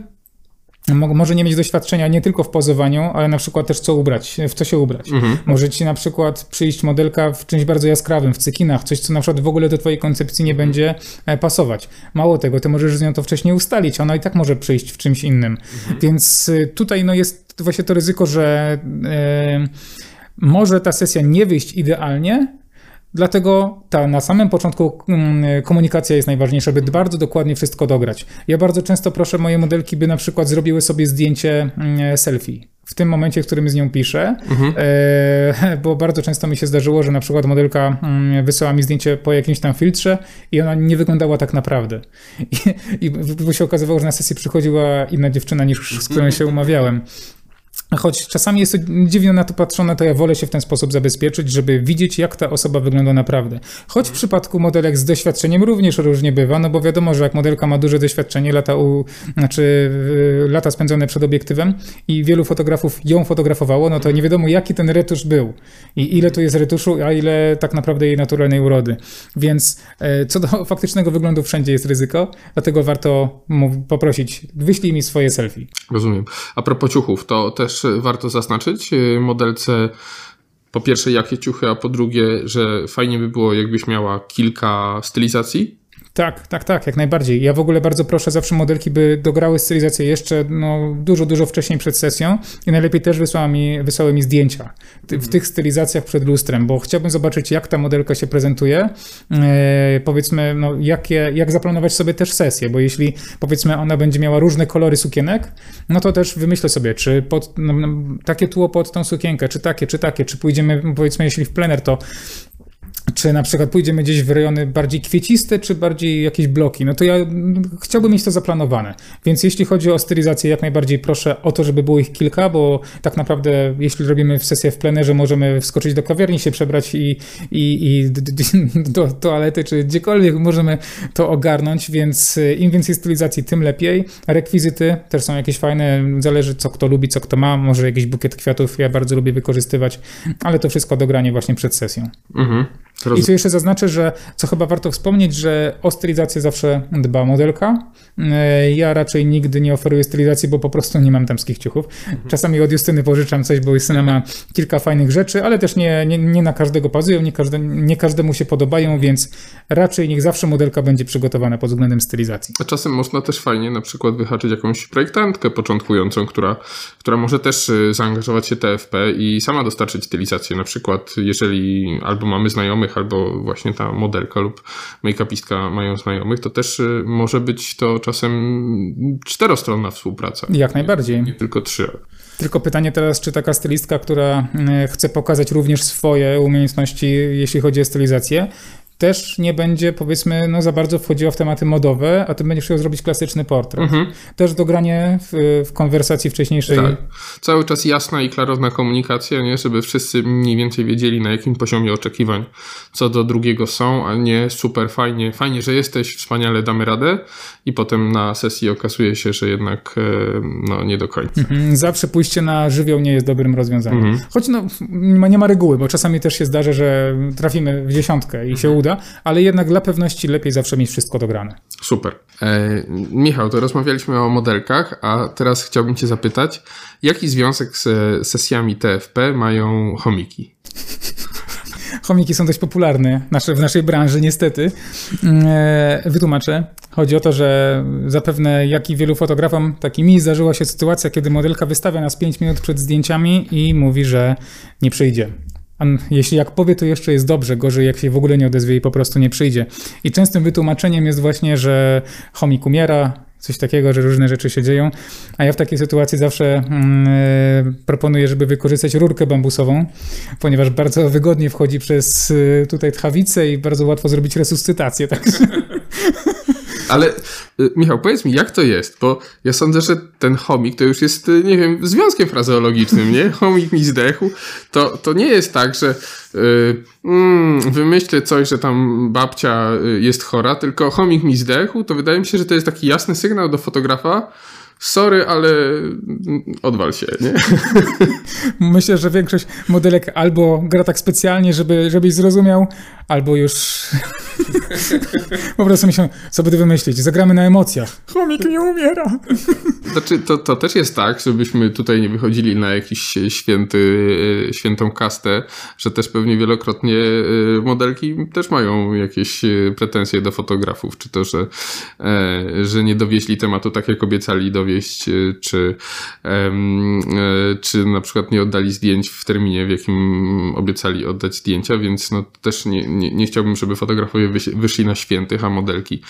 Może nie mieć doświadczenia nie tylko w pozowaniu, ale na przykład też co ubrać, w co się ubrać. Mhm. Może ci na przykład przyjść modelka w czymś bardzo jaskrawym, w cekinach, coś, co na przykład w ogóle do twojej koncepcji nie będzie pasować. Mało tego, ty możesz z nią to wcześniej ustalić, ona i tak może przyjść w czymś innym. Mhm. Więc tutaj no, jest właśnie to ryzyko, że e, może ta sesja nie wyjść idealnie. Dlatego ta na samym początku komunikacja jest najważniejsza, by bardzo dokładnie wszystko dograć. Ja bardzo często proszę moje modelki, by na przykład zrobiły sobie zdjęcie selfie w tym momencie, w którym z nią piszę, mhm. e, bo bardzo często mi się zdarzyło, że na przykład modelka wysyła mi zdjęcie po jakimś tam filtrze i ona nie wyglądała tak naprawdę. I, i się okazywało, że na sesję przychodziła inna dziewczyna niż z którą się umawiałem. Choć czasami jest to dziwnie na to patrzone, to ja wolę się w ten sposób zabezpieczyć, żeby widzieć, jak ta osoba wygląda naprawdę. Choć w przypadku modelek z doświadczeniem również różnie bywa, no bo wiadomo, że jak modelka ma duże doświadczenie, lata, u, znaczy lata spędzone przed obiektywem i wielu fotografów ją fotografowało, no to nie wiadomo, jaki ten retusz był i ile tu jest retuszu, a ile tak naprawdę jej naturalnej urody. Więc co do faktycznego wyglądu wszędzie jest ryzyko, dlatego warto poprosić, wyślij mi swoje selfie. Rozumiem. A propos ciuchów, to też warto zaznaczyć modelce po pierwsze jakie ciuchy, a po drugie, że fajnie by było jakbyś miała kilka stylizacji. Tak, tak, tak, jak najbardziej. Ja w ogóle bardzo proszę zawsze modelki, by dograły stylizację jeszcze no, dużo, dużo wcześniej przed sesją i najlepiej też wysłały mi, wysłały mi zdjęcia w, w tych stylizacjach przed lustrem, bo chciałbym zobaczyć, jak ta modelka się prezentuje, e, powiedzmy, no, jakie, jak zaplanować sobie też sesję, bo jeśli powiedzmy ona będzie miała różne kolory sukienek, no to też wymyślę sobie, czy pod, no, no, takie tło pod tą sukienkę, czy takie, czy takie, czy pójdziemy, powiedzmy, jeśli w plener, to czy na przykład pójdziemy gdzieś w rejony bardziej kwieciste, czy bardziej jakieś bloki. No to ja chciałbym mieć to zaplanowane. Więc jeśli chodzi o stylizację, jak najbardziej proszę o to, żeby było ich kilka, bo tak naprawdę jeśli robimy sesję w plenerze, możemy wskoczyć do kawiarni, się przebrać i, i, i do toalety, czy gdziekolwiek możemy to ogarnąć, więc im więcej stylizacji, tym lepiej. Rekwizyty też są jakieś fajne, zależy co kto lubi, co kto ma. Może jakiś bukiet kwiatów ja bardzo lubię wykorzystywać, ale to wszystko dogranie właśnie przed sesją. Mhm. I co jeszcze zaznaczę, że co chyba warto wspomnieć, że o stylizację zawsze dba modelka. Ja raczej nigdy nie oferuję stylizacji, bo po prostu nie mam damskich ciuchów. Czasami od Justyny pożyczam coś, bo Justyna ma kilka fajnych rzeczy, ale też nie, nie, nie na każdego pasują, nie, każde, nie każdemu się podobają, więc raczej niech zawsze modelka będzie przygotowana pod względem stylizacji. A czasem można też fajnie na przykład wyhaczyć jakąś projektantkę początkującą, która, która może też zaangażować się w T F P i sama dostarczyć stylizację. Na przykład jeżeli albo mamy znajomych, albo właśnie ta modelka lub make-upistka mają znajomych, to też może być to czasem czterostronna współpraca. Jak najbardziej. Nie tylko trzy. Tylko pytanie teraz, czy taka stylistka, która chce pokazać również swoje umiejętności, jeśli chodzi o stylizację, też nie będzie, powiedzmy, no za bardzo wchodziła w tematy modowe, a ty będziesz chciał zrobić klasyczny portret. Mhm. Też dogranie w, w konwersacji wcześniejszej. Tak. Cały czas jasna i klarowna komunikacja, nie? Żeby wszyscy mniej więcej wiedzieli, na jakim poziomie oczekiwań co do drugiego są, a nie super fajnie, fajnie, że jesteś, wspaniale, damy radę i potem na sesji okazuje się, że jednak no, nie do końca. Mhm. Zawsze pójście na żywioł nie jest dobrym rozwiązaniem. Mhm. Choć no, nie ma, nie ma reguły, bo czasami też się zdarza, że trafimy w dziesiątkę i się uda, ale jednak dla pewności lepiej zawsze mieć wszystko dograne. Super. E, Michał, to rozmawialiśmy o modelkach, a teraz chciałbym cię zapytać, jaki związek z sesjami T F P mają chomiki? chomiki są dość popularne nasze, w naszej branży, niestety. Wytłumaczę. Chodzi o to, że zapewne jak i wielu fotografom, tak i mi zdarzyła się sytuacja, kiedy modelka wystawia nas pięć minut przed zdjęciami i mówi, że nie przyjdzie. A jeśli jak powie, to jeszcze jest dobrze, gorzej jak się w ogóle nie odezwie i po prostu nie przyjdzie. I częstym wytłumaczeniem jest właśnie, że chomik umiera, coś takiego, że różne rzeczy się dzieją, a ja w takiej sytuacji zawsze yy, proponuję, żeby wykorzystać rurkę bambusową, ponieważ bardzo wygodnie wchodzi przez yy, tutaj tchawicę i bardzo łatwo zrobić resuscytację. Także. Ale Michał, powiedz mi, jak to jest? Bo ja sądzę, że ten chomik to już jest, nie wiem, związkiem frazeologicznym, nie? Chomik mi zdechł. To, to nie jest tak, że yy, mm, wymyślę coś, że tam babcia jest chora, tylko chomik mi zdechł. To wydaje mi się, że to jest taki jasny sygnał do fotografa. Sorry, ale odwal się, nie? Myślę, że większość modelek albo gra tak specjalnie, żeby, żebyś zrozumiał, albo już po prostu myślą, co by wymyślić. Zagramy na emocjach. Chomik nie umiera. Znaczy, to, to też jest tak, żebyśmy tutaj nie wychodzili na jakiś święty, świętą kastę, że też pewnie wielokrotnie modelki też mają jakieś pretensje do fotografów, czy to, że, że nie dowieźli tematu tak, jak obiecali dowieść, czy, czy na przykład nie oddali zdjęć w terminie, w jakim obiecali oddać zdjęcia, więc no też nie, nie, nie chciałbym, żeby fotografowie wyszli na świętych, a modelki,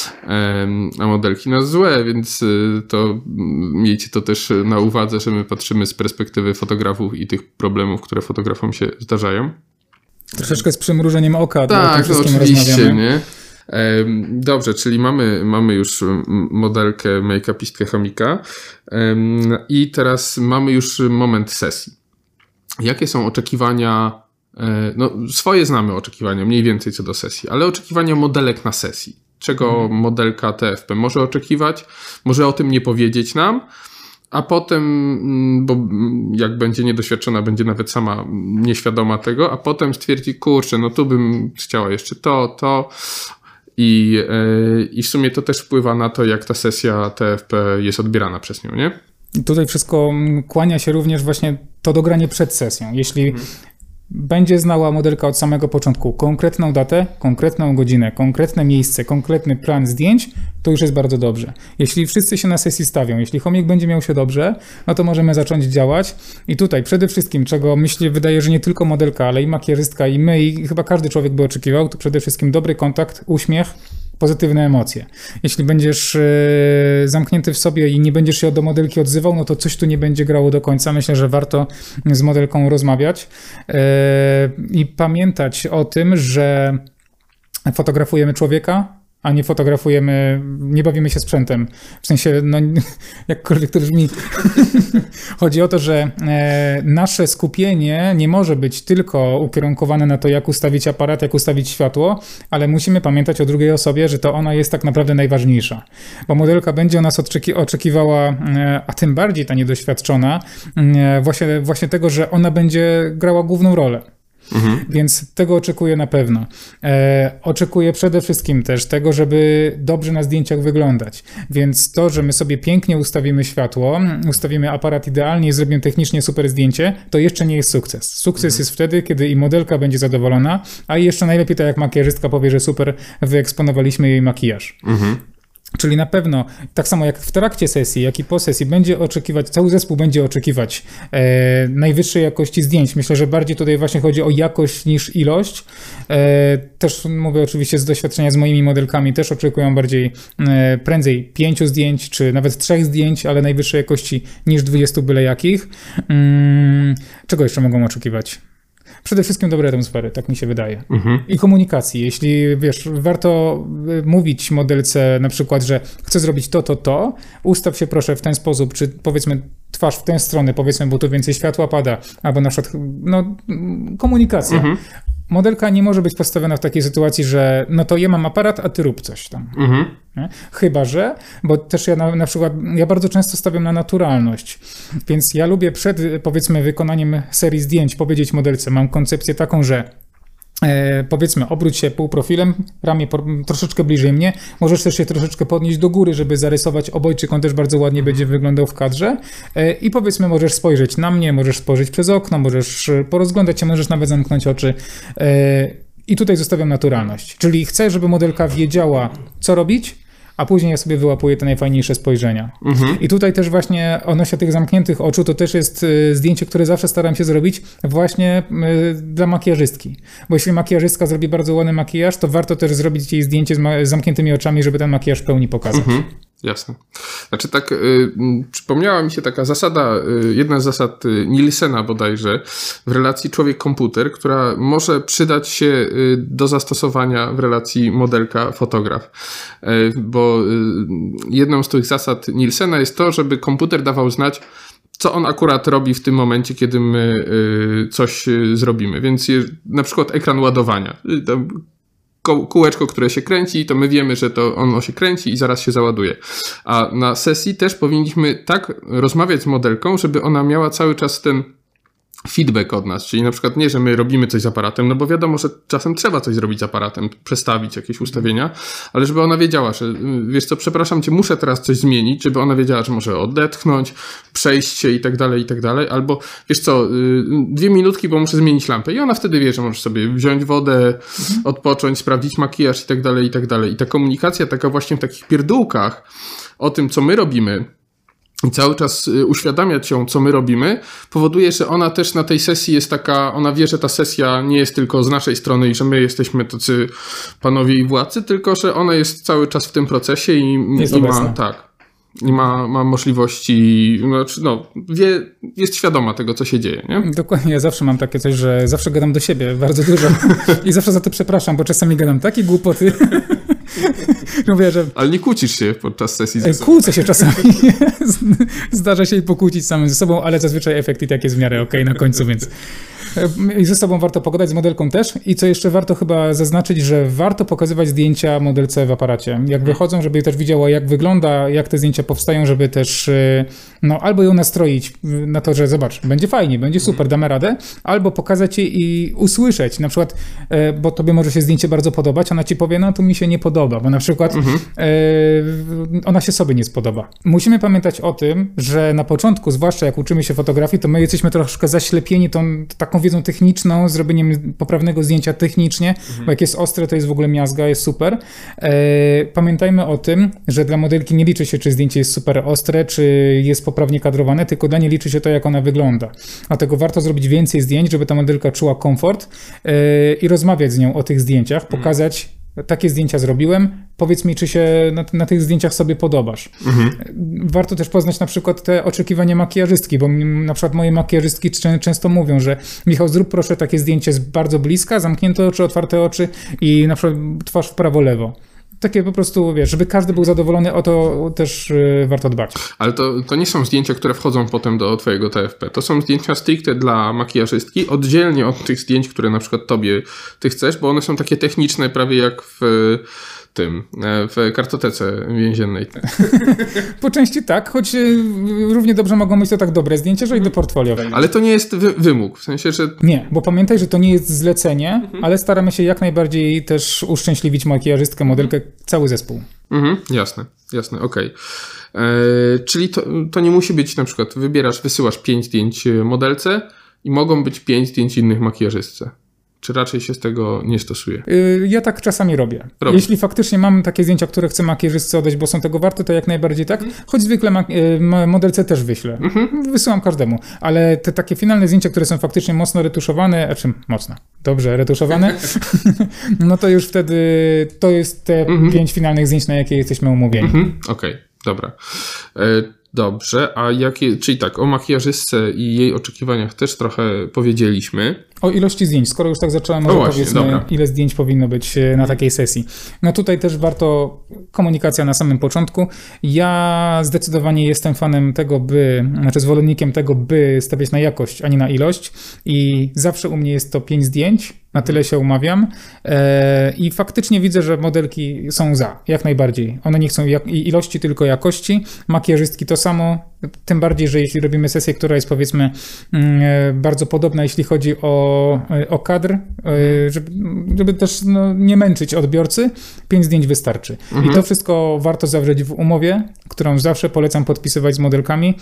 a modelki na złe, więc to miejcie to też na uwadze, że my patrzymy z perspektywy fotografów i tych problemów, które fotografom się zdarzają. Troszeczkę z przymrużeniem oka. Tak, no oczywiście, nie? Dobrze, czyli mamy, mamy już modelkę, make-upistkę chomika i teraz mamy już moment sesji. Jakie są oczekiwania, no swoje znamy oczekiwania, mniej więcej co do sesji, ale oczekiwania modelek na sesji. Czego modelka T F P może oczekiwać, może o tym nie powiedzieć nam, a potem, bo jak będzie niedoświadczona, będzie nawet sama nieświadoma tego, a potem stwierdzi, kurczę, no tu bym chciała jeszcze to, to i, i w sumie to też wpływa na to, jak ta sesja T F P jest odbierana przez nią, nie? I tutaj wszystko kłania się również właśnie to dogranie przed sesją. Jeśli hmm. będzie znała modelka od samego początku konkretną datę, konkretną godzinę, konkretne miejsce, konkretny plan zdjęć, to już jest bardzo dobrze. Jeśli wszyscy się na sesji stawią, jeśli chomik będzie miał się dobrze, no to możemy zacząć działać. I tutaj przede wszystkim, czego myślę, wydaje, że nie tylko modelka, ale i makierzystka, i my, i chyba każdy człowiek by oczekiwał, to przede wszystkim dobry kontakt, uśmiech, pozytywne emocje. Jeśli będziesz yy, zamknięty w sobie i nie będziesz się do modelki odzywał, no to coś tu nie będzie grało do końca. Myślę, że warto z modelką rozmawiać yy, i pamiętać o tym, że fotografujemy człowieka, a nie fotografujemy, nie bawimy się sprzętem. W sensie, no jakkolwiek to brzmi. Chodzi o to, że e, nasze skupienie nie może być tylko ukierunkowane na to, jak ustawić aparat, jak ustawić światło, ale musimy pamiętać o drugiej osobie, że to ona jest tak naprawdę najważniejsza. Bo modelka będzie o nas oczeki- oczekiwała, e, a tym bardziej ta niedoświadczona, e, właśnie, właśnie tego, że ona będzie grała główną rolę. Mhm. Więc tego oczekuję na pewno. E, oczekuję przede wszystkim też tego, żeby dobrze na zdjęciach wyglądać. Więc to, że my sobie pięknie ustawimy światło, ustawimy aparat idealnie i zrobimy technicznie super zdjęcie, to jeszcze nie jest sukces. Sukces mhm. jest wtedy, kiedy i modelka będzie zadowolona, a i jeszcze najlepiej tak jak makijażystka powie, że super, wyeksponowaliśmy jej makijaż. Mhm. Czyli na pewno, tak samo jak w trakcie sesji, jak i po sesji, będzie oczekiwać, cały zespół będzie oczekiwać e, najwyższej jakości zdjęć. Myślę, że bardziej tutaj właśnie chodzi o jakość niż ilość. E, też mówię oczywiście z doświadczenia z moimi modelkami, też oczekują bardziej e, prędzej pięciu zdjęć, czy nawet trzech zdjęć, ale najwyższej jakości niż dwudziestu byle jakich. Hmm, czego jeszcze mogą oczekiwać? Przede wszystkim dobrej atmosfery, tak mi się wydaje. Mhm. I komunikacji. Jeśli, wiesz, warto mówić modelce na przykład, że chcę zrobić to, to, to, ustaw się proszę w ten sposób, czy powiedzmy twarz w tę stronę, powiedzmy, bo tu więcej światła pada, albo na przykład, no, komunikacja. Mhm. Modelka nie może być postawiona w takiej sytuacji, że no to ja mam aparat, a ty rób coś tam. Mhm. Nie? Chyba, że, bo też ja na, na przykład, ja bardzo często stawiam na naturalność, więc ja lubię przed, powiedzmy, wykonaniem serii zdjęć powiedzieć modelce, mam koncepcję taką, że E, powiedzmy, obróć się półprofilem, ramię po, troszeczkę bliżej mnie. Możesz też się troszeczkę podnieść do góry, żeby zarysować obojczyk, on też bardzo ładnie będzie wyglądał w kadrze. E, I powiedzmy, możesz spojrzeć na mnie, możesz spojrzeć przez okno, możesz porozglądać się, możesz nawet zamknąć oczy. E, I tutaj zostawiam naturalność. Czyli chcę, żeby modelka wiedziała, co robić, a później ja sobie wyłapuję te najfajniejsze spojrzenia. Mhm. I tutaj też właśnie odnośnie tych zamkniętych oczu, to też jest zdjęcie, które zawsze staram się zrobić właśnie dla makijażystki. Bo jeśli makijażystka zrobi bardzo ładny makijaż, to warto też zrobić jej zdjęcie z, ma- z zamkniętymi oczami, żeby ten makijaż w pełni pokazać. Mhm. Jasne. Znaczy tak, y, przypomniała mi się taka zasada, y, jedna z zasad y, Nielsena bodajże w relacji człowiek-komputer, która może przydać się y, do zastosowania w relacji modelka-fotograf. Y, bo y, jedną z tych zasad Nielsena jest to, żeby komputer dawał znać, co on akurat robi w tym momencie, kiedy my y, coś y, zrobimy. Więc je, na przykład ekran ładowania. Y, tam, kółeczko, które się kręci, to my wiemy, że to ono się kręci i zaraz się załaduje. A na sesji też powinniśmy tak rozmawiać z modelką, żeby ona miała cały czas ten feedback od nas, czyli na przykład nie, że my robimy coś z aparatem, no bo wiadomo, że czasem trzeba coś zrobić z aparatem, przestawić jakieś ustawienia, ale żeby ona wiedziała, że wiesz co, przepraszam cię, muszę teraz coś zmienić, żeby ona wiedziała, że może odetchnąć, przejść się i tak dalej, i tak dalej, albo wiesz co, dwie minutki, bo muszę zmienić lampę i ona wtedy wie, że możesz sobie wziąć wodę, odpocząć, sprawdzić makijaż i tak dalej, i tak dalej. I ta komunikacja taka właśnie w takich pierdółkach o tym, co my robimy, i cały czas uświadamiać ją, co my robimy, powoduje, że ona też na tej sesji jest taka, ona wie, że ta sesja nie jest tylko z naszej strony i że my jesteśmy tacy panowie i władcy, tylko że ona jest cały czas w tym procesie i, i ma, tak, i ma, ma możliwości, znaczy, no, wie, jest świadoma tego, co się dzieje, nie? Dokładnie, ja zawsze mam takie coś, że zawsze gadam do siebie bardzo dużo i zawsze za to przepraszam, bo czasami gadam takie głupoty. Mówię, że... Ale nie kłócisz się podczas sesji ze sobą. Kłócę się czasami. Zdarza się i pokłócić samym ze sobą, ale zazwyczaj efekt i tak jest w miarę okej okay na końcu, więc... I ze sobą warto pogadać, z modelką też. I co jeszcze warto chyba zaznaczyć, że warto pokazywać zdjęcia modelce w aparacie. Jak wychodzą, żeby też widziała, jak wygląda, jak te zdjęcia powstają, żeby też no albo ją nastroić na to, że zobacz, będzie fajnie, będzie super, damy radę, albo pokazać jej i usłyszeć. Na przykład, bo tobie może się zdjęcie bardzo podobać, ona ci powie, no to mi się nie podoba, bo na przykład mhm. ona się sobie nie spodoba. Musimy pamiętać o tym, że na początku, zwłaszcza jak uczymy się fotografii, to my jesteśmy troszkę zaślepieni tą taką wiedzą techniczną, zrobieniem poprawnego zdjęcia technicznie, mhm. bo jak jest ostre, to jest w ogóle miazga, jest super. E, pamiętajmy o tym, że dla modelki nie liczy się, czy zdjęcie jest super ostre, czy jest poprawnie kadrowane, tylko dla niej liczy się to, jak ona wygląda. Dlatego warto zrobić więcej zdjęć, żeby ta modelka czuła komfort e, i rozmawiać z nią o tych zdjęciach, pokazać, takie zdjęcia zrobiłem, powiedz mi, czy się na, na tych zdjęciach sobie podobasz. Mhm. Warto też poznać na przykład te oczekiwania makijażystki, bo na przykład moje makijażystki często mówią, że Michał, zrób proszę takie zdjęcie z bardzo bliska, zamknięte oczy, otwarte oczy i na przykład twarz w prawo, lewo. Takie po prostu, wiesz, żeby każdy był zadowolony, o to też yy, warto dbać. Ale to, to nie są zdjęcia, które wchodzą potem do twojego T F P. To są zdjęcia stricte dla makijażystki, oddzielnie od tych zdjęć, które na przykład tobie ty chcesz, bo one są takie techniczne, prawie jak w tym, w kartotece więziennej. Po części tak, choć równie dobrze mogą być to tak dobre zdjęcia, że i do portfolio. Ale to nie jest wy- wymóg, w sensie, że... Nie, bo pamiętaj, że to nie jest zlecenie, mhm. ale staramy się jak najbardziej też uszczęśliwić makijażystkę, modelkę, cały zespół. Mhm, jasne, jasne, okej. Okay. Czyli to, to nie musi być na przykład, wybierasz, wysyłasz pięć zdjęć modelce i mogą być pięć zdjęć innych makijażystce. Czy raczej się z tego nie stosuje? Ja tak czasami robię. robię. Jeśli faktycznie mam takie zdjęcia, które chcę makijażystce oddać, bo są tego warte, to jak najbardziej tak. Choć zwykle ma- modelce też wyślę. Mhm. Wysyłam każdemu. Ale te takie finalne zdjęcia, które są faktycznie mocno retuszowane, a czym mocno? Dobrze, retuszowane, no to już wtedy to jest te mhm. pięć finalnych zdjęć, na jakie jesteśmy umówieni. Mhm. Okej, okay, dobra. E- Dobrze, a jakie, czyli tak, o makijażystce i jej oczekiwaniach też trochę powiedzieliśmy. O ilości zdjęć, skoro już tak zacząłem, może właśnie, powiedzmy, dobra. Ile zdjęć powinno być na takiej sesji. No tutaj też warto komunikacja na samym początku. Ja zdecydowanie jestem fanem tego, by, znaczy zwolennikiem tego, by stawiać na jakość, a nie na ilość i zawsze u mnie jest to pięć zdjęć. Na tyle się umawiam i faktycznie widzę, że modelki są za, jak najbardziej. One nie chcą jak- ilości, tylko jakości. Makijażystki to samo, tym bardziej, że jeśli robimy sesję, która jest powiedzmy bardzo podobna, jeśli chodzi o o, o kadr, żeby, żeby też no, nie męczyć odbiorcy, pięć zdjęć wystarczy. Mhm. I to wszystko warto zawrzeć w umowie, którą zawsze polecam podpisywać z modelkami,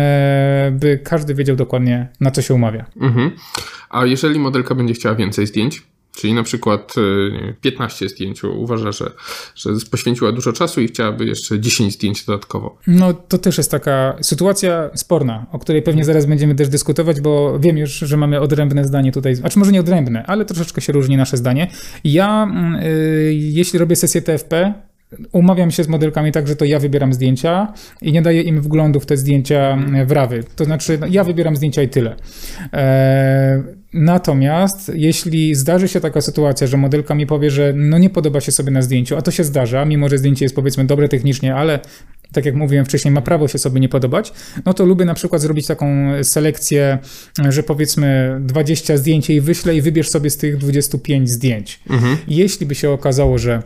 by każdy wiedział dokładnie, na co się umawia. Mhm. A jeżeli modelka będzie chciała więcej zdjęć, czyli na przykład piętnaście zdjęć, uważa, że, że poświęciła dużo czasu i chciałaby jeszcze dziesięć zdjęć dodatkowo. No to też jest taka sytuacja sporna, o której pewnie zaraz będziemy też dyskutować, bo wiem już, że mamy odrębne zdanie tutaj, znaczy może nie odrębne, ale troszeczkę się różni nasze zdanie. Ja, yy, jeśli robię sesję T F P, umawiam się z modelkami tak, że to ja wybieram zdjęcia i nie daję im wglądu w te zdjęcia w rawy. To znaczy, no, ja wybieram zdjęcia i tyle. Eee, natomiast jeśli zdarzy się taka sytuacja, że modelka mi powie, że no nie podoba się sobie na zdjęciu, a to się zdarza, mimo że zdjęcie jest powiedzmy dobre technicznie, ale tak jak mówiłem wcześniej, ma prawo się sobie nie podobać, no to lubię na przykład zrobić taką selekcję, że powiedzmy dwadzieścia zdjęć jej wyślę i wybierz sobie z tych dwudziestu pięć zdjęć. Mhm. Jeśli by się okazało, że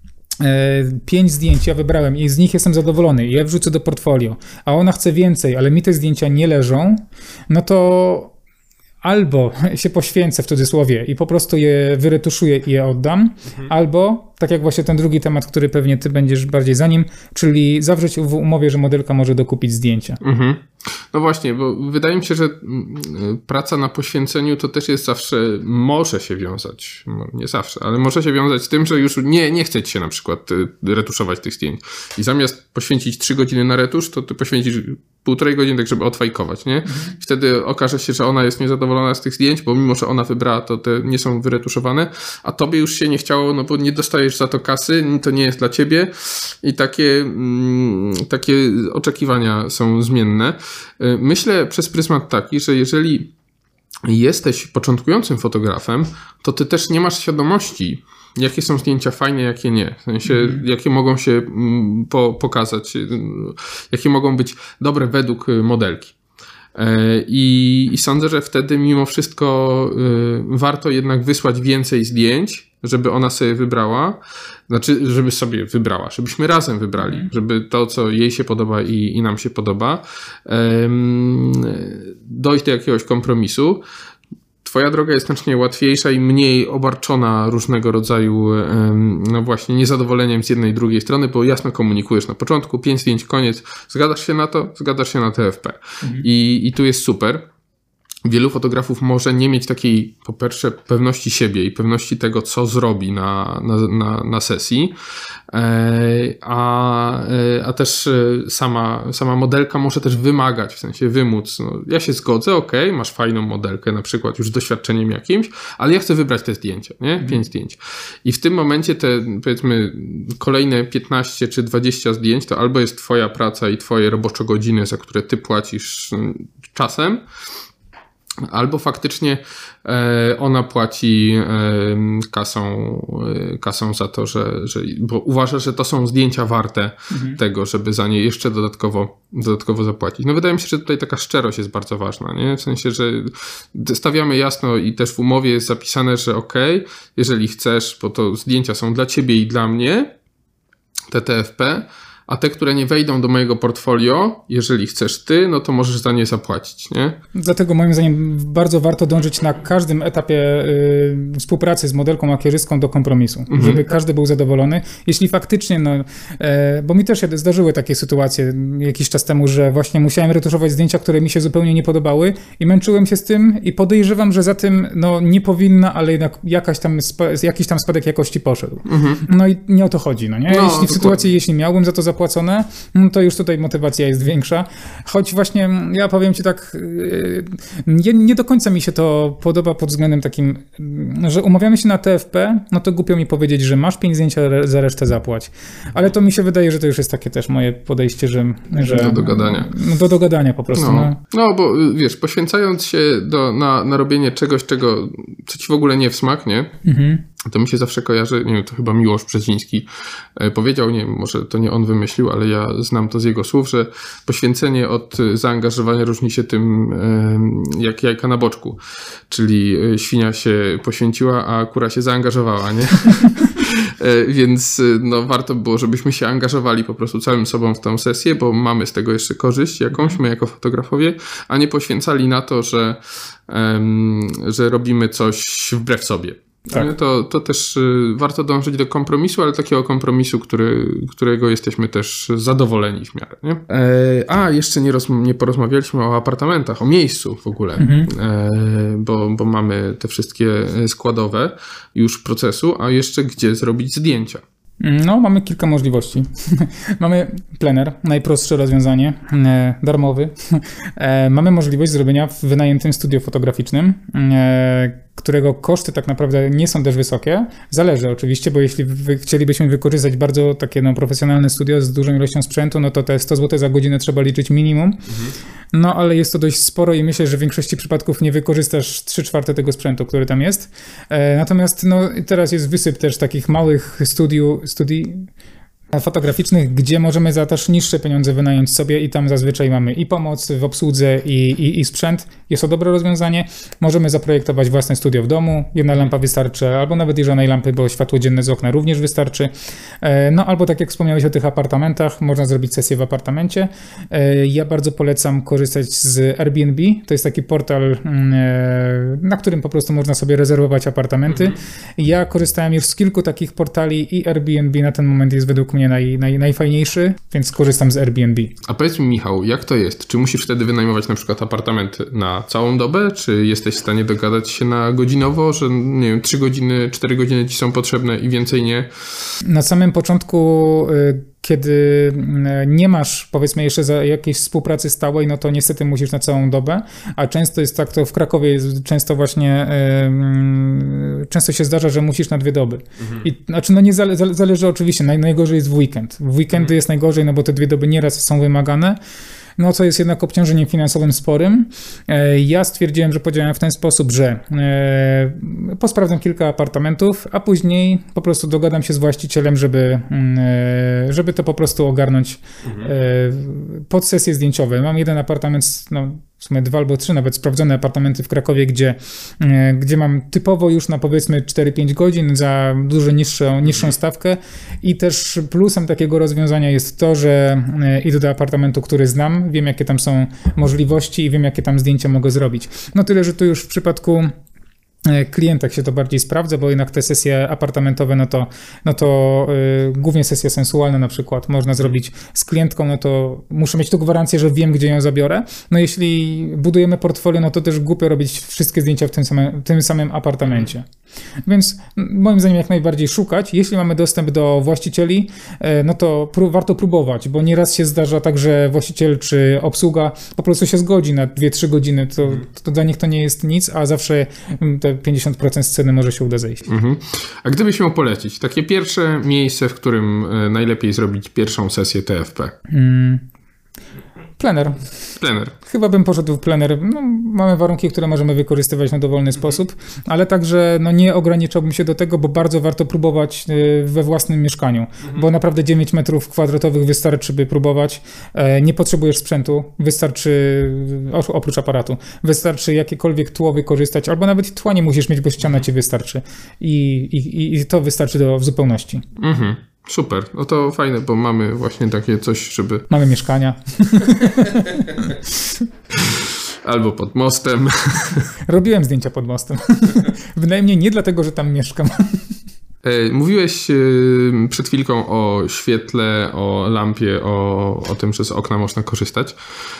pięć zdjęć ja wybrałem i z nich jestem zadowolony i ja wrzucę do portfolio, a ona chce więcej, ale mi te zdjęcia nie leżą, no to albo się poświęcę w cudzysłowie i po prostu je wyretuszuję i je oddam, mhm. albo, tak jak właśnie ten drugi temat, który pewnie ty będziesz bardziej za nim, czyli zawrzeć w umowie, że modelka może dokupić zdjęcia. Mhm. No właśnie, bo wydaje mi się, że praca na poświęceniu to też jest zawsze, może się wiązać, nie zawsze, ale może się wiązać z tym, że już nie, nie chce ci się na przykład retuszować tych zdjęć. I zamiast poświęcić trzy godziny na retusz, to ty poświęcisz półtorej godziny tak, żeby odfajkować, nie? Mhm. Wtedy okaże się, że ona jest niezadowolona z tych zdjęć, bo mimo, że ona wybrała, to te nie są wyretuszowane, a tobie już się nie chciało, no bo nie dostajesz za to kasy, to nie jest dla ciebie i takie, mm, takie oczekiwania są zmienne. Myślę przez pryzmat taki, że jeżeli jesteś początkującym fotografem, to ty też nie masz świadomości, jakie są zdjęcia fajne, jakie nie. W sensie, mm. jakie mogą się po, pokazać, jakie mogą być dobre według modelki. I, I sądzę, że wtedy mimo wszystko y, warto jednak wysłać więcej zdjęć, żeby ona sobie wybrała, znaczy, żeby sobie wybrała, żebyśmy razem wybrali, mm. żeby to, co jej się podoba i, i nam się podoba, ym, dojść do jakiegoś kompromisu. Twoja droga jest znacznie łatwiejsza i mniej obarczona różnego rodzaju no właśnie niezadowoleniem z jednej i drugiej strony, bo jasno komunikujesz na początku, pięć zdjęć, koniec, zgadzasz się na to, zgadzasz się na T F P. Mhm. I, I tu jest super. Wielu fotografów może nie mieć takiej, po pierwsze, pewności siebie i pewności tego, co zrobi na, na, na, na sesji, a, a też sama, sama modelka może też wymagać, w sensie wymóc. No, ja się zgodzę, okej, okay, masz fajną modelkę, na przykład już z doświadczeniem jakimś, ale ja chcę wybrać te zdjęcia, nie? Pięć mhm. zdjęć. I w tym momencie te, powiedzmy, kolejne piętnaście czy dwadzieścia zdjęć to albo jest twoja praca i twoje robocze godziny, za które ty płacisz czasem, albo faktycznie e, ona płaci e, kasą, e, kasą za to, że, że bo uważa, że to są zdjęcia warte mhm. tego, żeby za nie jeszcze dodatkowo, dodatkowo zapłacić. No wydaje mi się, że tutaj taka szczerość jest bardzo ważna, nie? W sensie, że stawiamy jasno i też w umowie jest zapisane, że okej, okay, jeżeli chcesz, bo to zdjęcia są dla ciebie i dla mnie, te T F P, a te, które nie wejdą do mojego portfolio, jeżeli chcesz ty, no to możesz za nie zapłacić, nie? Dlatego moim zdaniem bardzo warto dążyć na każdym etapie y, współpracy z modelką makierzystką do kompromisu, mhm. żeby każdy był zadowolony. Jeśli faktycznie, no, e, bo mi też się zdarzyły takie sytuacje jakiś czas temu, że właśnie musiałem retuszować zdjęcia, które mi się zupełnie nie podobały i męczyłem się z tym i podejrzewam, że za tym no, nie powinna, ale jednak jakaś tam spa, jakiś tam spadek jakości poszedł. Mhm. No i nie o to chodzi, no nie? No, jeśli w sytuacji, jeśli miałbym za to zapłacić, płacone, no to już tutaj motywacja jest większa. Choć właśnie ja powiem ci tak, nie, nie do końca mi się to podoba pod względem takim, że umawiamy się na T F P, no to głupio mi powiedzieć, że masz pięć zdjęć, a za resztę zapłać. Ale to mi się wydaje, że to już jest takie też moje podejście, że... że do dogadania. No, do dogadania po prostu. No, no. no bo wiesz, poświęcając się do, na, na robienie czegoś, czego, co ci w ogóle nie w smak, nie? Mhm. To mi się zawsze kojarzy, nie wiem, to chyba Miłosz Brzeziński powiedział, nie wiem, może to nie on wymyślił, ale ja znam to z jego słów, że poświęcenie od zaangażowania różni się tym jak jajka na boczku, czyli świnia się poświęciła, a kura się zaangażowała, nie? Więc no, warto było, żebyśmy się angażowali po prostu całym sobą w tę sesję, bo mamy z tego jeszcze korzyść jakąś, my jako fotografowie, a nie poświęcali na to, że, um, że robimy coś wbrew sobie. Tak. To, to też y, warto dążyć do kompromisu, ale takiego kompromisu, który, którego jesteśmy też zadowoleni w miarę. Nie? E, a, jeszcze nie, roz, nie porozmawialiśmy o apartamentach, o miejscu w ogóle, mhm. e, bo, bo mamy te wszystkie składowe już procesu, a jeszcze gdzie zrobić zdjęcia. No, mamy kilka możliwości. Mamy plener, najprostsze rozwiązanie, e, darmowy. E, mamy możliwość zrobienia w wynajętym studiu fotograficznym, e, którego koszty tak naprawdę nie są też wysokie. Zależy oczywiście, bo jeśli wy, chcielibyśmy wykorzystać bardzo takie no, profesjonalne studio z dużą ilością sprzętu, no to te sto złotych za godzinę trzeba liczyć minimum. Mhm. No, ale jest to dość sporo i myślę, że w większości przypadków nie wykorzystasz trzy czwarte tego sprzętu, który tam jest. E, natomiast no, teraz jest wysyp też takich małych studiów, studii fotograficznych, gdzie możemy za też niższe pieniądze wynająć sobie i tam zazwyczaj mamy i pomoc w obsłudze i, i, i sprzęt. Jest to dobre rozwiązanie. Możemy zaprojektować własne studio w domu. Jedna lampa wystarczy, albo nawet i żadnej lampy, bo światło dzienne z okna również wystarczy. No albo tak jak wspomniałeś o tych apartamentach, można zrobić sesję w apartamencie. Ja bardzo polecam korzystać z Airbnb. To jest taki portal, na którym po prostu można sobie rezerwować apartamenty. Mhm. Ja korzystałem już z kilku takich portali i Airbnb na ten moment jest według mnie Naj, naj, najfajniejszy, więc korzystam z Airbnb. A powiedz mi, Michał, jak to jest? Czy musisz wtedy wynajmować na przykład apartament na całą dobę? Czy jesteś w stanie dogadać się na godzinowo, że nie wiem, trzy godziny, cztery godziny ci są potrzebne i więcej nie? Na samym początku, kiedy nie masz, powiedzmy, jeszcze za jakiejś współpracy stałej, no to niestety musisz na całą dobę, a często jest tak, to w Krakowie jest często właśnie, yy, często się zdarza, że musisz na dwie doby. Mhm. I, znaczy, no nie zale, zależy oczywiście, naj, najgorzej jest w weekend. W weekendy mhm. jest najgorzej, no bo te dwie doby nieraz są wymagane, no co jest jednak obciążeniem finansowym sporym. Ja stwierdziłem, że podziałałem w ten sposób, że posprawdzam kilka apartamentów, a później po prostu dogadam się z właścicielem, żeby, żeby to po prostu ogarnąć mhm. pod sesje zdjęciowe. Mam jeden apartament, no w sumie dwa albo trzy nawet sprawdzone apartamenty w Krakowie, gdzie, gdzie mam typowo już na powiedzmy cztery pięć godzin za dużo niższą, niższą stawkę i też plusem takiego rozwiązania jest to, że idę do apartamentu, który znam, wiem jakie tam są możliwości i wiem jakie tam zdjęcia mogę zrobić. No tyle, że tu już w przypadku klientach się to bardziej sprawdza, bo jednak te sesje apartamentowe, no to, no to yy, głównie sesje sensualne na przykład można zrobić z klientką, no to muszę mieć tu gwarancję, że wiem, gdzie ją zabiorę. No jeśli budujemy portfolio, no to też głupio robić wszystkie zdjęcia w tym samym, tym samym apartamencie. Więc moim zdaniem jak najbardziej szukać. Jeśli mamy dostęp do właścicieli, no to pró- warto próbować, bo nieraz się zdarza tak, że właściciel czy obsługa po prostu się zgodzi na dwie trzy godziny. To, to dla nich to nie jest nic, a zawsze te pięćdziesiąt procent sceny może się uda zejść. Mhm. A gdybyś miał polecić takie pierwsze miejsce, w którym najlepiej zrobić pierwszą sesję T F P? Hmm. Plener. Plener. Chyba bym poszedł w plener. No, mamy warunki, które możemy wykorzystywać na dowolny sposób, ale także no, nie ograniczałbym się do tego, bo bardzo warto próbować we własnym mieszkaniu, mhm. bo naprawdę dziewięć metrów kwadratowych wystarczy, by próbować. Nie potrzebujesz sprzętu, wystarczy, oprócz aparatu, wystarczy jakiekolwiek tło wykorzystać, albo nawet tła nie musisz mieć, bo ściana ci wystarczy. I, i, i to wystarczy do, w zupełności. Mhm. Super, no to fajne, bo mamy właśnie takie coś, żeby... Mamy mieszkania. Albo pod mostem. Robiłem zdjęcia pod mostem. Bynajmniej nie dlatego, że tam mieszkam. Mówiłeś przed chwilką o świetle, o lampie, o, o tym, że z okna można korzystać.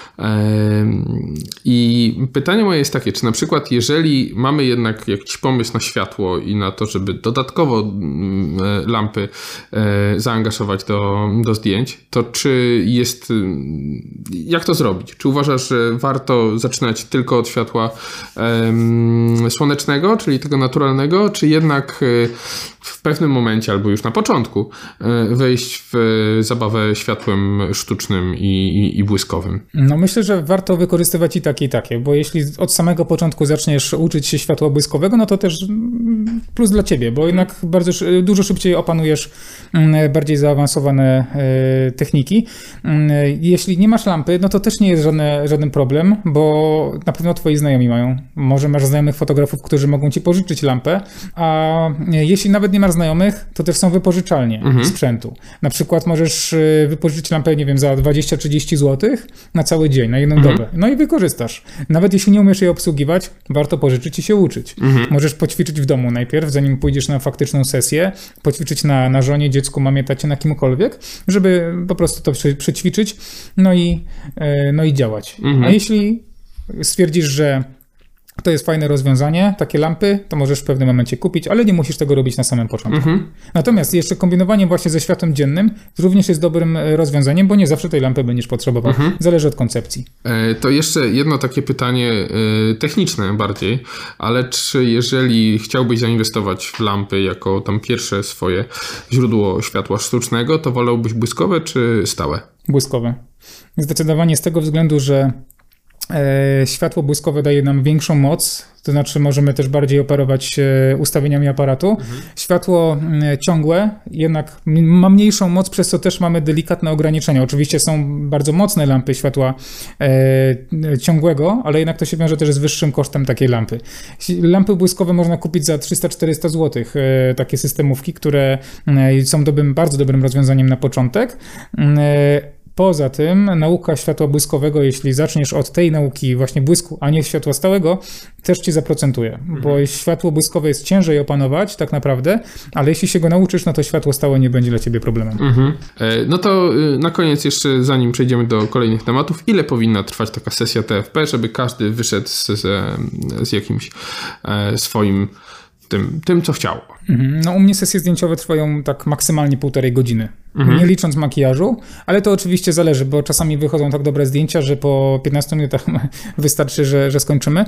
I pytanie moje jest takie, czy na przykład jeżeli mamy jednak jakiś pomysł na światło i na to, żeby dodatkowo lampy zaangażować do, do zdjęć, to czy jest, jak to zrobić? Czy uważasz, że warto zaczynać tylko od światła słonecznego, czyli tego naturalnego, czy jednak w pewnym momencie, albo już na początku, wejść w zabawę światłem sztucznym i, i, i błyskowym? No myślę, że warto wykorzystywać i takie, i takie, bo jeśli od samego początku zaczniesz uczyć się światła błyskowego, no to też plus dla ciebie, bo jednak bardzo, dużo szybciej opanujesz bardziej zaawansowane techniki. Jeśli nie masz lampy, no to też nie jest żadne, żaden problem, bo na pewno twoi znajomi mają. Może masz znajomych fotografów, którzy mogą ci pożyczyć lampę, a jeśli nawet nie nie masz znajomych, to też są wypożyczalnie mhm. sprzętu. Na przykład możesz wypożyczyć lampę, nie wiem, za dwadzieścia trzydzieści złotych na cały dzień, na jedną mhm. dobę. No i wykorzystasz. Nawet jeśli nie umiesz jej obsługiwać, warto pożyczyć i się uczyć. Mhm. Możesz poćwiczyć w domu najpierw, zanim pójdziesz na faktyczną sesję, poćwiczyć na, na żonie, dziecku, mamie, tacie, na kimkolwiek, żeby po prostu to prze, przećwiczyć, no i, no i działać. Mhm. A jeśli stwierdzisz, że to jest fajne rozwiązanie, takie lampy, to możesz w pewnym momencie kupić, ale nie musisz tego robić na samym początku. Mhm. Natomiast jeszcze kombinowanie właśnie ze światłem dziennym również jest dobrym rozwiązaniem, bo nie zawsze tej lampy będziesz potrzebował. Mhm. Zależy od koncepcji. E, to jeszcze jedno takie pytanie e, techniczne bardziej, ale czy jeżeli chciałbyś zainwestować w lampy jako tam pierwsze swoje źródło światła sztucznego, to wolałbyś błyskowe czy stałe? Błyskowe. Zdecydowanie z tego względu, że światło błyskowe daje nam większą moc, to znaczy możemy też bardziej operować ustawieniami aparatu. Mhm. Światło ciągłe jednak ma mniejszą moc, przez co też mamy delikatne ograniczenia. Oczywiście są bardzo mocne lampy światła e, ciągłego, ale jednak to się wiąże też z wyższym kosztem takiej lampy. Lampy błyskowe można kupić za trzysta czterysta złotych, e, takie systemówki, które są dobrym, bardzo dobrym rozwiązaniem na początek. E, Poza tym nauka światła błyskowego, jeśli zaczniesz od tej nauki właśnie błysku, a nie światła stałego, też ci zaprocentuje, mhm. bo światło błyskowe jest ciężej opanować tak naprawdę, ale jeśli się go nauczysz, no to światło stałe nie będzie dla ciebie problemem. Mhm. No to na koniec jeszcze, zanim przejdziemy do kolejnych tematów, ile powinna trwać taka sesja T F P, żeby każdy wyszedł z, z, z jakimś swoim tym, tym co chciał? No u mnie sesje zdjęciowe trwają tak maksymalnie półtorej godziny. Mhm. Nie licząc makijażu, ale to oczywiście zależy, bo czasami wychodzą tak dobre zdjęcia, że po piętnastu minutach wystarczy, że, że skończymy.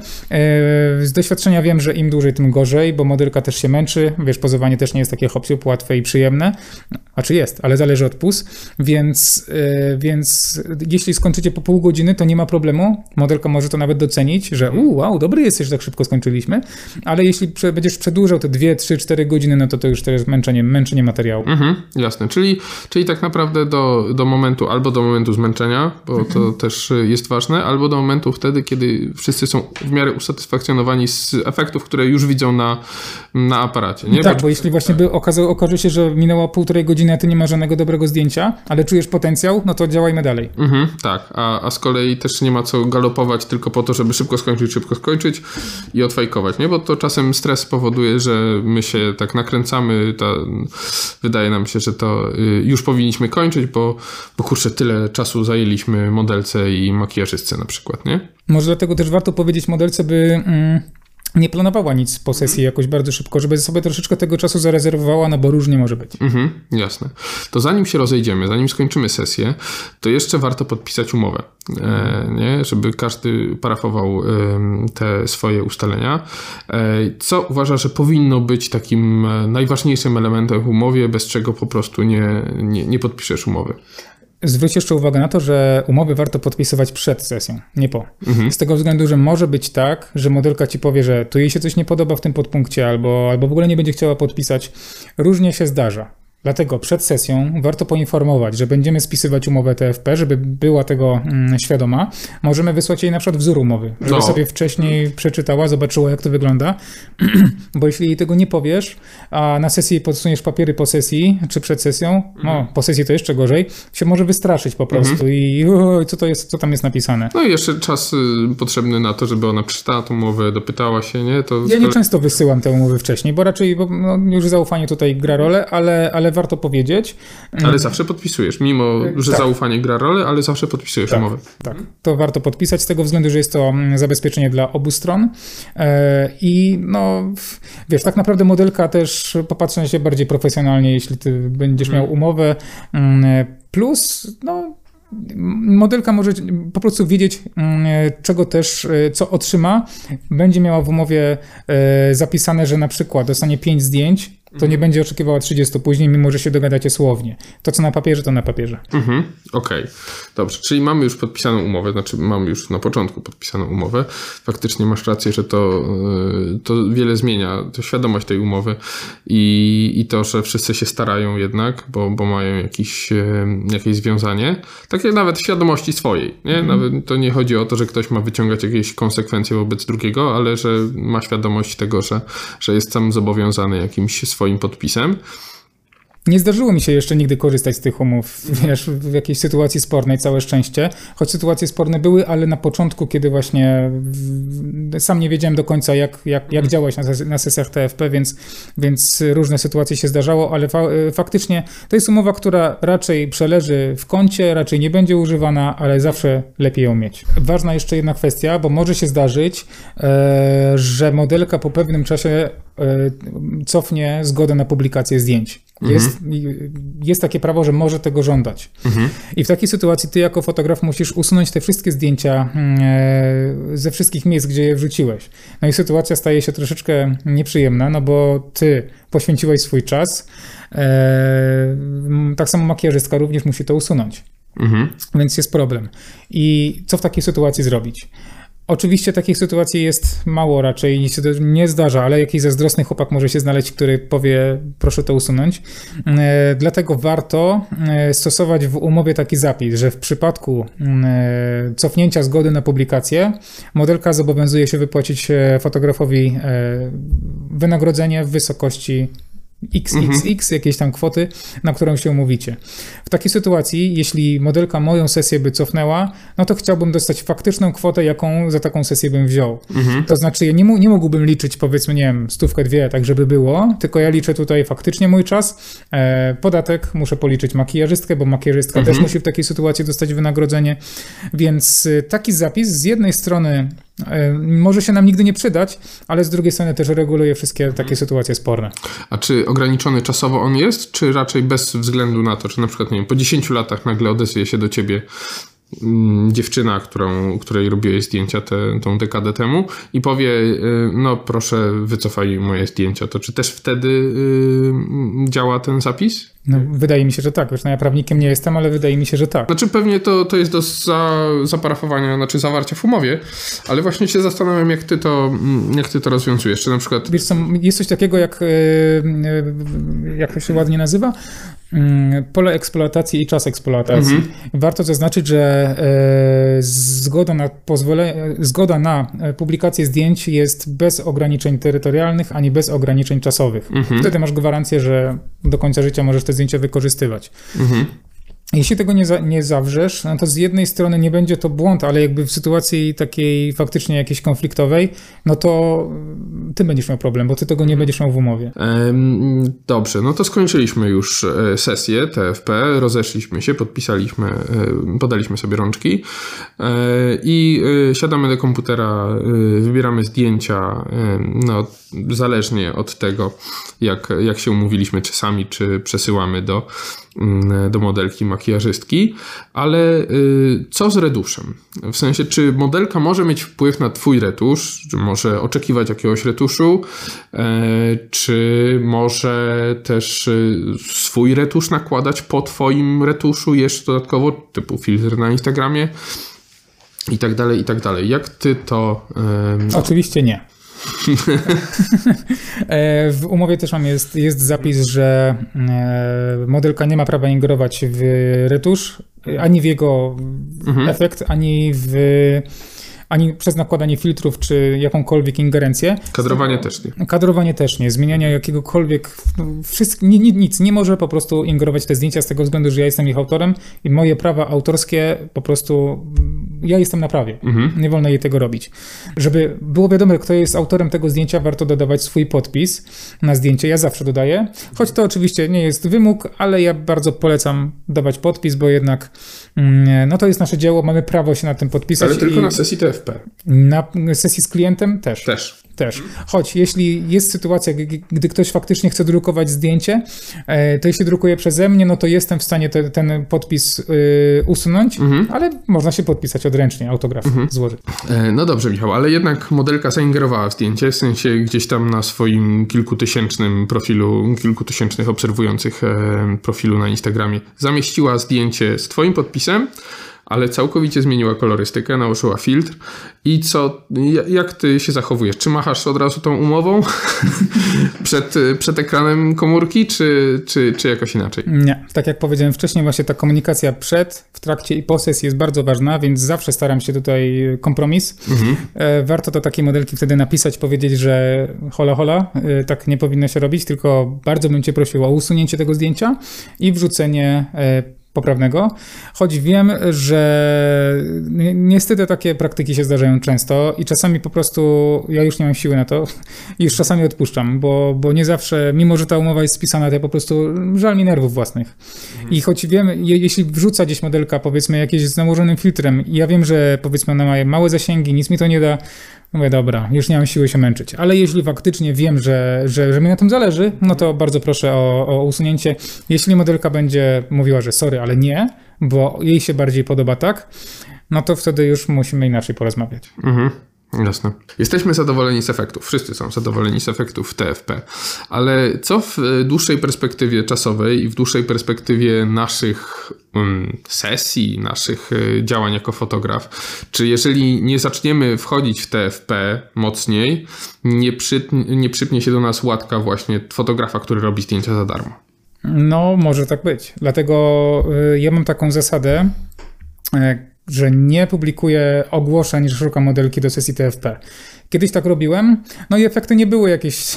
Z doświadczenia wiem, że im dłużej, tym gorzej, bo modelka też się męczy. Wiesz, pozowanie też nie jest takie hop-siup, łatwe i przyjemne. A czy jest, ale zależy od puz. Więc, więc jeśli skończycie po pół godziny, to nie ma problemu. Modelka może to nawet docenić, że u, wow, dobry jesteś, że tak szybko skończyliśmy. Ale jeśli będziesz przedłużał te dwie, trzy, cztery godziny, no to to już to jest męczenie, męczenie materiału. Mhm, jasne, czyli Czyli tak naprawdę do, do momentu, albo do momentu zmęczenia, bo to mhm. też jest ważne, albo do momentu wtedy, kiedy wszyscy są w miarę usatysfakcjonowani z efektów, które już widzą na, na aparacie. Nie? Tak, bo, bo jeśli właśnie by okazało, okaże się, że minęło półtorej godziny, a ty nie masz żadnego dobrego zdjęcia, ale czujesz potencjał, no to działajmy dalej. Mhm, tak, a, a z kolei też nie ma co galopować tylko po to, żeby szybko skończyć, szybko skończyć i odfajkować, nie? Bo to czasem stres powoduje, że my się tak nakręcamy, ta, wydaje nam się, że to już powinniśmy kończyć, bo, bo kurczę, tyle czasu zajęliśmy modelce i makijażystce na przykład, nie? Może dlatego też warto powiedzieć modelce, by mm, nie planowała nic po sesji jakoś bardzo szybko, żeby sobie troszeczkę tego czasu zarezerwowała, no bo różnie może być. Mhm, jasne. To zanim się rozejdziemy, zanim skończymy sesję, to jeszcze warto podpisać umowę, e, nie? Żeby każdy parafował e, te swoje ustalenia. E, co uważa, że powinno być takim najważniejszym elementem w umowie, bez czego po prostu nie, nie, nie podpiszesz umowy? Zwróć jeszcze uwagę na to, że umowy warto podpisywać przed sesją, nie po. Mhm. Z tego względu, że może być tak, że modelka ci powie, że tu jej się coś nie podoba w tym podpunkcie, albo, albo w ogóle nie będzie chciała podpisać. Różnie się zdarza. Dlatego przed sesją warto poinformować, że będziemy spisywać umowę T F P, żeby była tego mm, świadoma. Możemy wysłać jej na przykład wzór umowy, żeby no. sobie wcześniej przeczytała, zobaczyła, jak to wygląda. Bo jeśli jej tego nie powiesz, a na sesji podsuniesz papiery po sesji, czy przed sesją, no po sesji to jeszcze gorzej, się może wystraszyć po prostu mhm. i o, co to jest, co tam jest napisane. No i jeszcze czas y, potrzebny na to, żeby ona przeczytała tę umowę, dopytała się, nie? To ja nie często wysyłam te umowy wcześniej, bo raczej bo, no, już zaufanie tutaj gra rolę, ale, ale warto powiedzieć. Ale zawsze podpisujesz, mimo że tak. zaufanie gra rolę, ale zawsze podpisujesz tak, umowę. Tak, to warto podpisać z tego względu, że jest to zabezpieczenie dla obu stron i no wiesz, tak naprawdę modelka też popatrzy na się bardziej profesjonalnie, jeśli ty będziesz hmm. miał umowę, plus no modelka może po prostu wiedzieć, czego też, co otrzyma. Będzie miała w umowie zapisane, że na przykład dostanie pięć zdjęć, to nie będzie oczekiwała trzydziestu później, mimo że się dogadacie słownie. To, co na papierze, to na papierze. Mhm, okej. Okay. Dobrze, czyli mamy już podpisaną umowę, znaczy mamy już na początku podpisaną umowę. Faktycznie masz rację, że to, to wiele zmienia, to świadomość tej umowy i, i to, że wszyscy się starają jednak, bo, bo mają jakiś, jakieś związanie. Tak jak nawet świadomości swojej, nie? Mhm. Nawet to nie chodzi o to, że ktoś ma wyciągać jakieś konsekwencje wobec drugiego, ale że ma świadomość tego, że, że jest sam zobowiązany jakimś swoim swoim podpisem. Nie zdarzyło mi się jeszcze nigdy korzystać z tych umów, wiesz, w jakiejś sytuacji spornej, całe szczęście. Choć sytuacje sporne były, ale na początku, kiedy właśnie sam nie wiedziałem do końca, jak, jak, jak działać na, ses- na sesjach T F P, więc, więc różne sytuacje się zdarzało, ale fa- faktycznie to jest umowa, która raczej przeleży w koncie, raczej nie będzie używana, ale zawsze lepiej ją mieć. Ważna jeszcze jedna kwestia, bo może się zdarzyć, e, że modelka po pewnym czasie e, cofnie zgodę na publikację zdjęć. Jest, mhm. jest takie prawo, że może tego żądać. Mhm. I w takiej sytuacji ty jako fotograf musisz usunąć te wszystkie zdjęcia e, ze wszystkich miejsc, gdzie je wrzuciłeś. No i sytuacja staje się troszeczkę nieprzyjemna, no bo ty poświęciłeś swój czas, e, tak samo makijażystka również musi to usunąć. Mhm. Więc jest problem. I co w takiej sytuacji zrobić? Oczywiście takich sytuacji jest mało raczej, się to nie zdarza, ale jakiś zazdrosny chłopak może się znaleźć, który powie, proszę to usunąć. E, dlatego warto e, stosować w umowie taki zapis, że w przypadku e, cofnięcia zgody na publikację modelka zobowiązuje się wypłacić fotografowi e, wynagrodzenie w wysokości X X X, jakieś tam kwoty, na którą się umówicie. W takiej sytuacji, jeśli modelka moją sesję by cofnęła, no to chciałbym dostać faktyczną kwotę, jaką za taką sesję bym wziął. Mhm. To znaczy, ja nie, nie mógłbym liczyć, powiedzmy, nie wiem, stówkę, dwie, tak żeby było, tylko ja liczę tutaj faktycznie mój czas, e, podatek, muszę policzyć makijażystkę, bo makijażystka mhm. też musi w takiej sytuacji dostać wynagrodzenie, więc taki zapis z jednej strony może się nam nigdy nie przydać, ale z drugiej strony też reguluje wszystkie takie sytuacje sporne. A czy ograniczony czasowo on jest, czy raczej bez względu na to, czy na przykład, nie wiem, po dziesięciu latach nagle odezwie się do ciebie dziewczyna, którą, której robiłeś zdjęcia te, tą dekadę temu i powie, no proszę wycofaj moje zdjęcia, to czy też wtedy yy, działa ten zapis? No, wydaje mi się, że tak. Już no, ja prawnikiem nie jestem, ale wydaje mi się, że tak. Znaczy pewnie to, to jest do za, zaparafowania, znaczy zawarcia w umowie, ale właśnie się zastanawiam, jak ty to, jak ty to rozwiązujesz. Czy na przykład... Wiesz co, jest coś takiego, jak, jak to się ładnie nazywa? Pole eksploatacji i czas eksploatacji. Mhm. Warto zaznaczyć, że zgoda na pozwolenie, zgoda na publikację zdjęć jest bez ograniczeń terytorialnych, ani bez ograniczeń czasowych. Mhm. Wtedy masz gwarancję, że do końca życia możesz te zdjęcia wykorzystywać. Mhm. Jeśli tego nie, za, nie zawrzesz, no to z jednej strony nie będzie to błąd, ale jakby w sytuacji takiej faktycznie jakiejś konfliktowej, no to ty będziesz miał problem, bo ty tego nie będziesz miał w umowie. Dobrze, no to skończyliśmy już sesję T F P, rozeszliśmy się, podpisaliśmy, podaliśmy sobie rączki i siadamy do komputera, wybieramy zdjęcia, no zależnie od tego, jak, jak się umówiliśmy, czy sami, czy przesyłamy do do modelki makijażystki, ale y, co z retuszem? W sensie, czy modelka może mieć wpływ na twój retusz, czy może oczekiwać jakiegoś retuszu, y, czy może też y, swój retusz nakładać po twoim retuszu jeszcze dodatkowo, typu filtr na Instagramie i tak dalej, i tak dalej. Jak ty to... Y, Oczywiście nie. W umowie też mam jest, jest zapis, że modelka nie ma prawa ingerować w retusz, ani w jego mhm. efekt, ani w ani przez nakładanie filtrów, czy jakąkolwiek ingerencję. Kadrowanie też nie. Kadrowanie też nie. Zmieniania jakiegokolwiek... Wszystko, nic. Nie może po prostu ingerować w te zdjęcia z tego względu, że ja jestem ich autorem i moje prawa autorskie po prostu... Ja jestem na prawie. Mhm. Nie wolno jej tego robić. Żeby było wiadomo, kto jest autorem tego zdjęcia, warto dodawać swój podpis na zdjęcie. Ja zawsze dodaję. Choć to oczywiście nie jest wymóg, ale ja bardzo polecam dawać podpis, bo jednak no to jest nasze dzieło, mamy prawo się na tym podpisać. Ale tylko i na sesji T F P. Na sesji z klientem też. Też. Też. Choć jeśli jest sytuacja, gdy ktoś faktycznie chce drukować zdjęcie, to jeśli drukuje przeze mnie, no to jestem w stanie te, ten podpis usunąć, mhm. ale można się podpisać odręcznie, autograf mhm. złożyć. No dobrze, Michał, ale jednak modelka zaingerowała w zdjęcie, w sensie gdzieś tam na swoim kilkutysięcznym profilu, kilkutysięcznych obserwujących profilu na Instagramie zamieściła zdjęcie z twoim podpisem, ale całkowicie zmieniła kolorystykę, nałożyła filtr i co, jak ty się zachowujesz? Czy machasz od razu tą umową przed, przed ekranem komórki, czy, czy, czy jakoś inaczej? Nie, tak jak powiedziałem wcześniej, właśnie ta komunikacja przed, w trakcie i po sesji jest bardzo ważna, więc zawsze staram się tutaj kompromis. Mhm. Warto do takiej modelki wtedy napisać, powiedzieć, że hola hola, tak nie powinno się robić, tylko bardzo bym cię prosił o usunięcie tego zdjęcia i wrzucenie poprawnego, choć wiem, że niestety takie praktyki się zdarzają często i czasami po prostu ja już nie mam siły na to i już czasami odpuszczam, bo, bo nie zawsze, mimo że ta umowa jest spisana, to ja po prostu żal mi nerwów własnych. Mhm. I choć wiem, je, jeśli wrzuca gdzieś modelka, powiedzmy jakieś z nałożonym filtrem i ja wiem, że powiedzmy ona ma małe zasięgi, nic mi to nie da, mówię, dobra, już nie mam siły się męczyć. Ale jeśli faktycznie wiem, że, że, że mi na tym zależy, no to bardzo proszę o, o usunięcie. Jeśli modelka będzie mówiła, że sorry, ale nie, bo jej się bardziej podoba tak, no to wtedy już musimy inaczej porozmawiać. Mhm. Jasne. Jesteśmy zadowoleni z efektów. Wszyscy są zadowoleni z efektów T F P. Ale co w dłuższej perspektywie czasowej i w dłuższej perspektywie naszych um, sesji, naszych y, działań jako fotograf? Czy jeżeli nie zaczniemy wchodzić w T F P mocniej, nie, przy, nie przypnie się do nas łatka właśnie fotografa, który robi zdjęcia za darmo? No, może tak być. Dlatego y, ja mam taką zasadę, y, że nie publikuję ogłoszeń, że szukam modelki do sesji T F P. Kiedyś tak robiłem, no i efekty nie były jakieś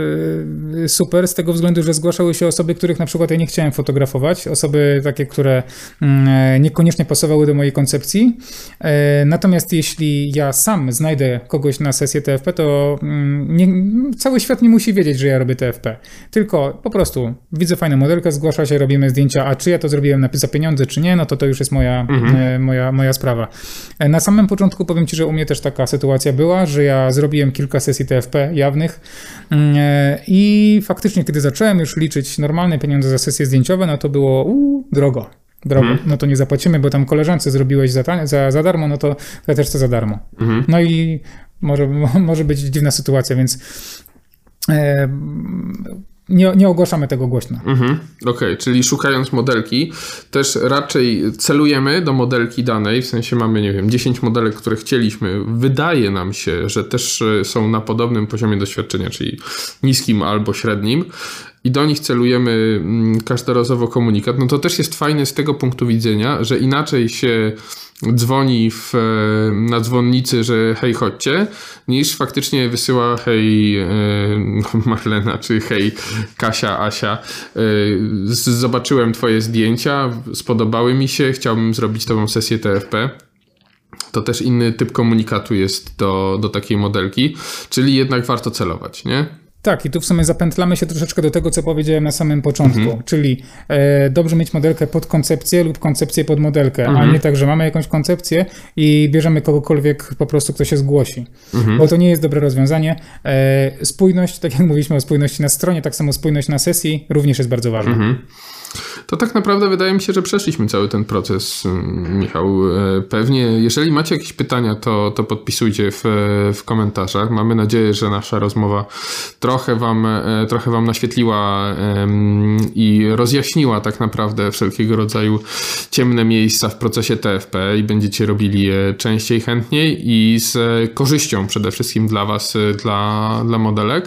e, super, z tego względu, że zgłaszały się osoby, których na przykład ja nie chciałem fotografować, osoby takie, które mm, niekoniecznie pasowały do mojej koncepcji. E, natomiast jeśli ja sam znajdę kogoś na sesję T F P, to mm, nie, cały świat nie musi wiedzieć, że ja robię T F P. Tylko po prostu widzę fajną modelkę, zgłasza się, robimy zdjęcia, a czy ja to zrobiłem na, za pieniądze, czy nie, no to to już jest moja, mhm. e, moja, moja sprawa. E, na samym początku powiem Ci, że u mnie też taka sytuacja była, że ja zrobiłem kilka sesji T F P jawnych i faktycznie, kiedy zacząłem już liczyć normalne pieniądze za sesje zdjęciowe, no to było uu, drogo. Drogo. Hmm. No to nie zapłacimy, bo tam koleżance zrobiłeś za, za, za darmo, no to ja też chcę za darmo. Hmm. No i może, może być dziwna sytuacja, więc e, nie, nie ogłaszamy tego głośno. Mhm. Okej, okay. Czyli szukając modelki, też raczej celujemy do modelki danej, w sensie mamy, nie wiem, dziesięć modelek, które chcieliśmy. Wydaje nam się, że też są na podobnym poziomie doświadczenia, czyli niskim albo średnim, i do nich celujemy każdorazowo komunikat, no to też jest fajne z tego punktu widzenia, że inaczej się dzwoni w, na dzwonnicy, że hej, chodźcie, niż faktycznie wysyła hej Marlena, czy hej Kasia, Asia, zobaczyłem twoje zdjęcia, spodobały mi się, chciałbym zrobić tobą sesję T F P. To też inny typ komunikatu jest do, do takiej modelki, czyli jednak warto celować, nie? Tak, i tu w sumie zapętlamy się troszeczkę do tego, co powiedziałem na samym początku, mhm. czyli e, dobrze mieć modelkę pod koncepcję lub koncepcję pod modelkę, mhm. a nie tak, że mamy jakąś koncepcję i bierzemy kogokolwiek po prostu, kto się zgłosi, mhm. bo to nie jest dobre rozwiązanie. E, spójność, tak jak mówiliśmy o spójności na stronie, tak samo spójność na sesji również jest bardzo ważna. Mhm. To tak naprawdę wydaje mi się, że przeszliśmy cały ten proces, Michał. Pewnie, jeżeli macie jakieś pytania, to, to podpisujcie w, w komentarzach. Mamy nadzieję, że nasza rozmowa trochę wam, trochę wam naświetliła i rozjaśniła tak naprawdę wszelkiego rodzaju ciemne miejsca w procesie T F P i będziecie robili je częściej, chętniej i z korzyścią przede wszystkim dla was, dla, dla modelek.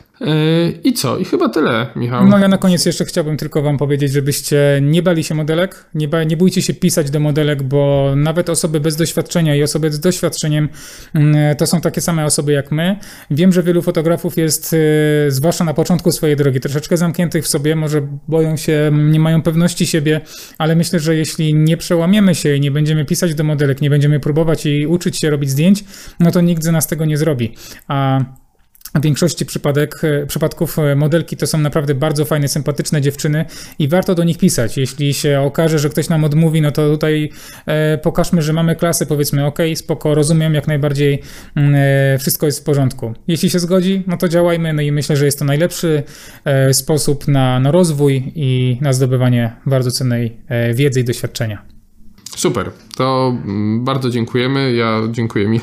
I co? I chyba tyle, Michał. No ja na koniec jeszcze chciałbym tylko wam powiedzieć, żebyście nie bali się modelek, nie, ba- nie bójcie się pisać do modelek, bo nawet osoby bez doświadczenia i osoby z doświadczeniem to są takie same osoby jak my. Wiem, że wielu fotografów jest, zwłaszcza na początku swojej drogi, troszeczkę zamkniętych w sobie, może boją się, nie mają pewności siebie, ale myślę, że jeśli nie przełamiemy się i nie będziemy pisać do modelek, nie będziemy próbować i uczyć się robić zdjęć, no to nikt z nas tego nie zrobi. A W większości przypadek, przypadków modelki to są naprawdę bardzo fajne, sympatyczne dziewczyny i warto do nich pisać. Jeśli się okaże, że ktoś nam odmówi, no to tutaj e, pokażmy, że mamy klasę, powiedzmy ok, spoko, rozumiem, jak najbardziej e, wszystko jest w porządku. Jeśli się zgodzi, no to działajmy, no i myślę, że jest to najlepszy e, sposób na, na rozwój i na zdobywanie bardzo cennej e, wiedzy i doświadczenia. Super, to bardzo dziękujemy. Ja dziękuję, Michał.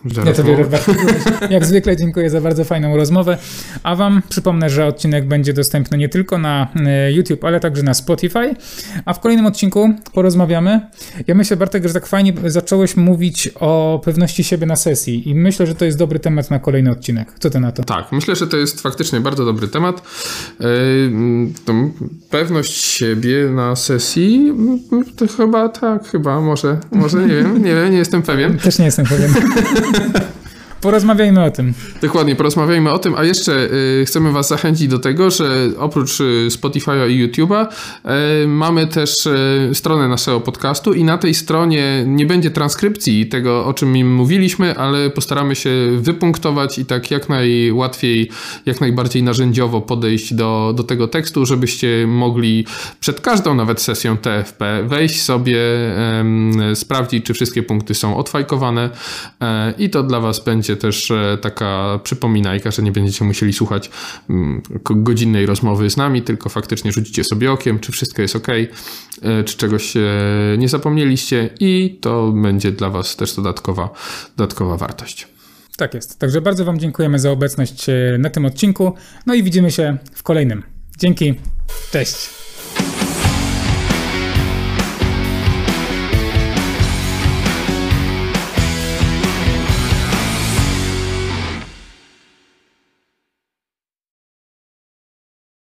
Za ja tobie, Bartek, jak zwykle dziękuję za bardzo fajną rozmowę, a wam przypomnę, że odcinek będzie dostępny nie tylko na YouTube, ale także na Spotify, a w kolejnym odcinku porozmawiamy. Ja myślę, Bartek, że tak fajnie zacząłeś mówić o pewności siebie na sesji i myślę, że to jest dobry temat na kolejny odcinek. Co ty na to? Tak, myślę, że to jest faktycznie bardzo dobry temat. Yy, pewność siebie na sesji, to chyba tak, chyba, może, może nie wiem, nie wiem, nie jestem pewien. Też nie jestem pewien. Porozmawiajmy o tym. Dokładnie, porozmawiajmy o tym, a jeszcze y, chcemy was zachęcić do tego, że oprócz y, Spotify'a i YouTube'a y, mamy też y, stronę naszego podcastu i na tej stronie nie będzie transkrypcji tego, o czym im mówiliśmy, ale postaramy się wypunktować i tak jak najłatwiej, jak najbardziej narzędziowo podejść do, do tego tekstu, żebyście mogli przed każdą nawet sesją T F P wejść sobie, y, sprawdzić, czy wszystkie punkty są odfajkowane y, i to dla was będzie też taka przypominajka, że nie będziecie musieli słuchać godzinnej rozmowy z nami, tylko faktycznie rzucicie sobie okiem, czy wszystko jest ok, czy czegoś nie zapomnieliście i to będzie dla was też dodatkowa, dodatkowa wartość. Tak jest. Także bardzo wam dziękujemy za obecność na tym odcinku. No i widzimy się w kolejnym. Dzięki. Cześć.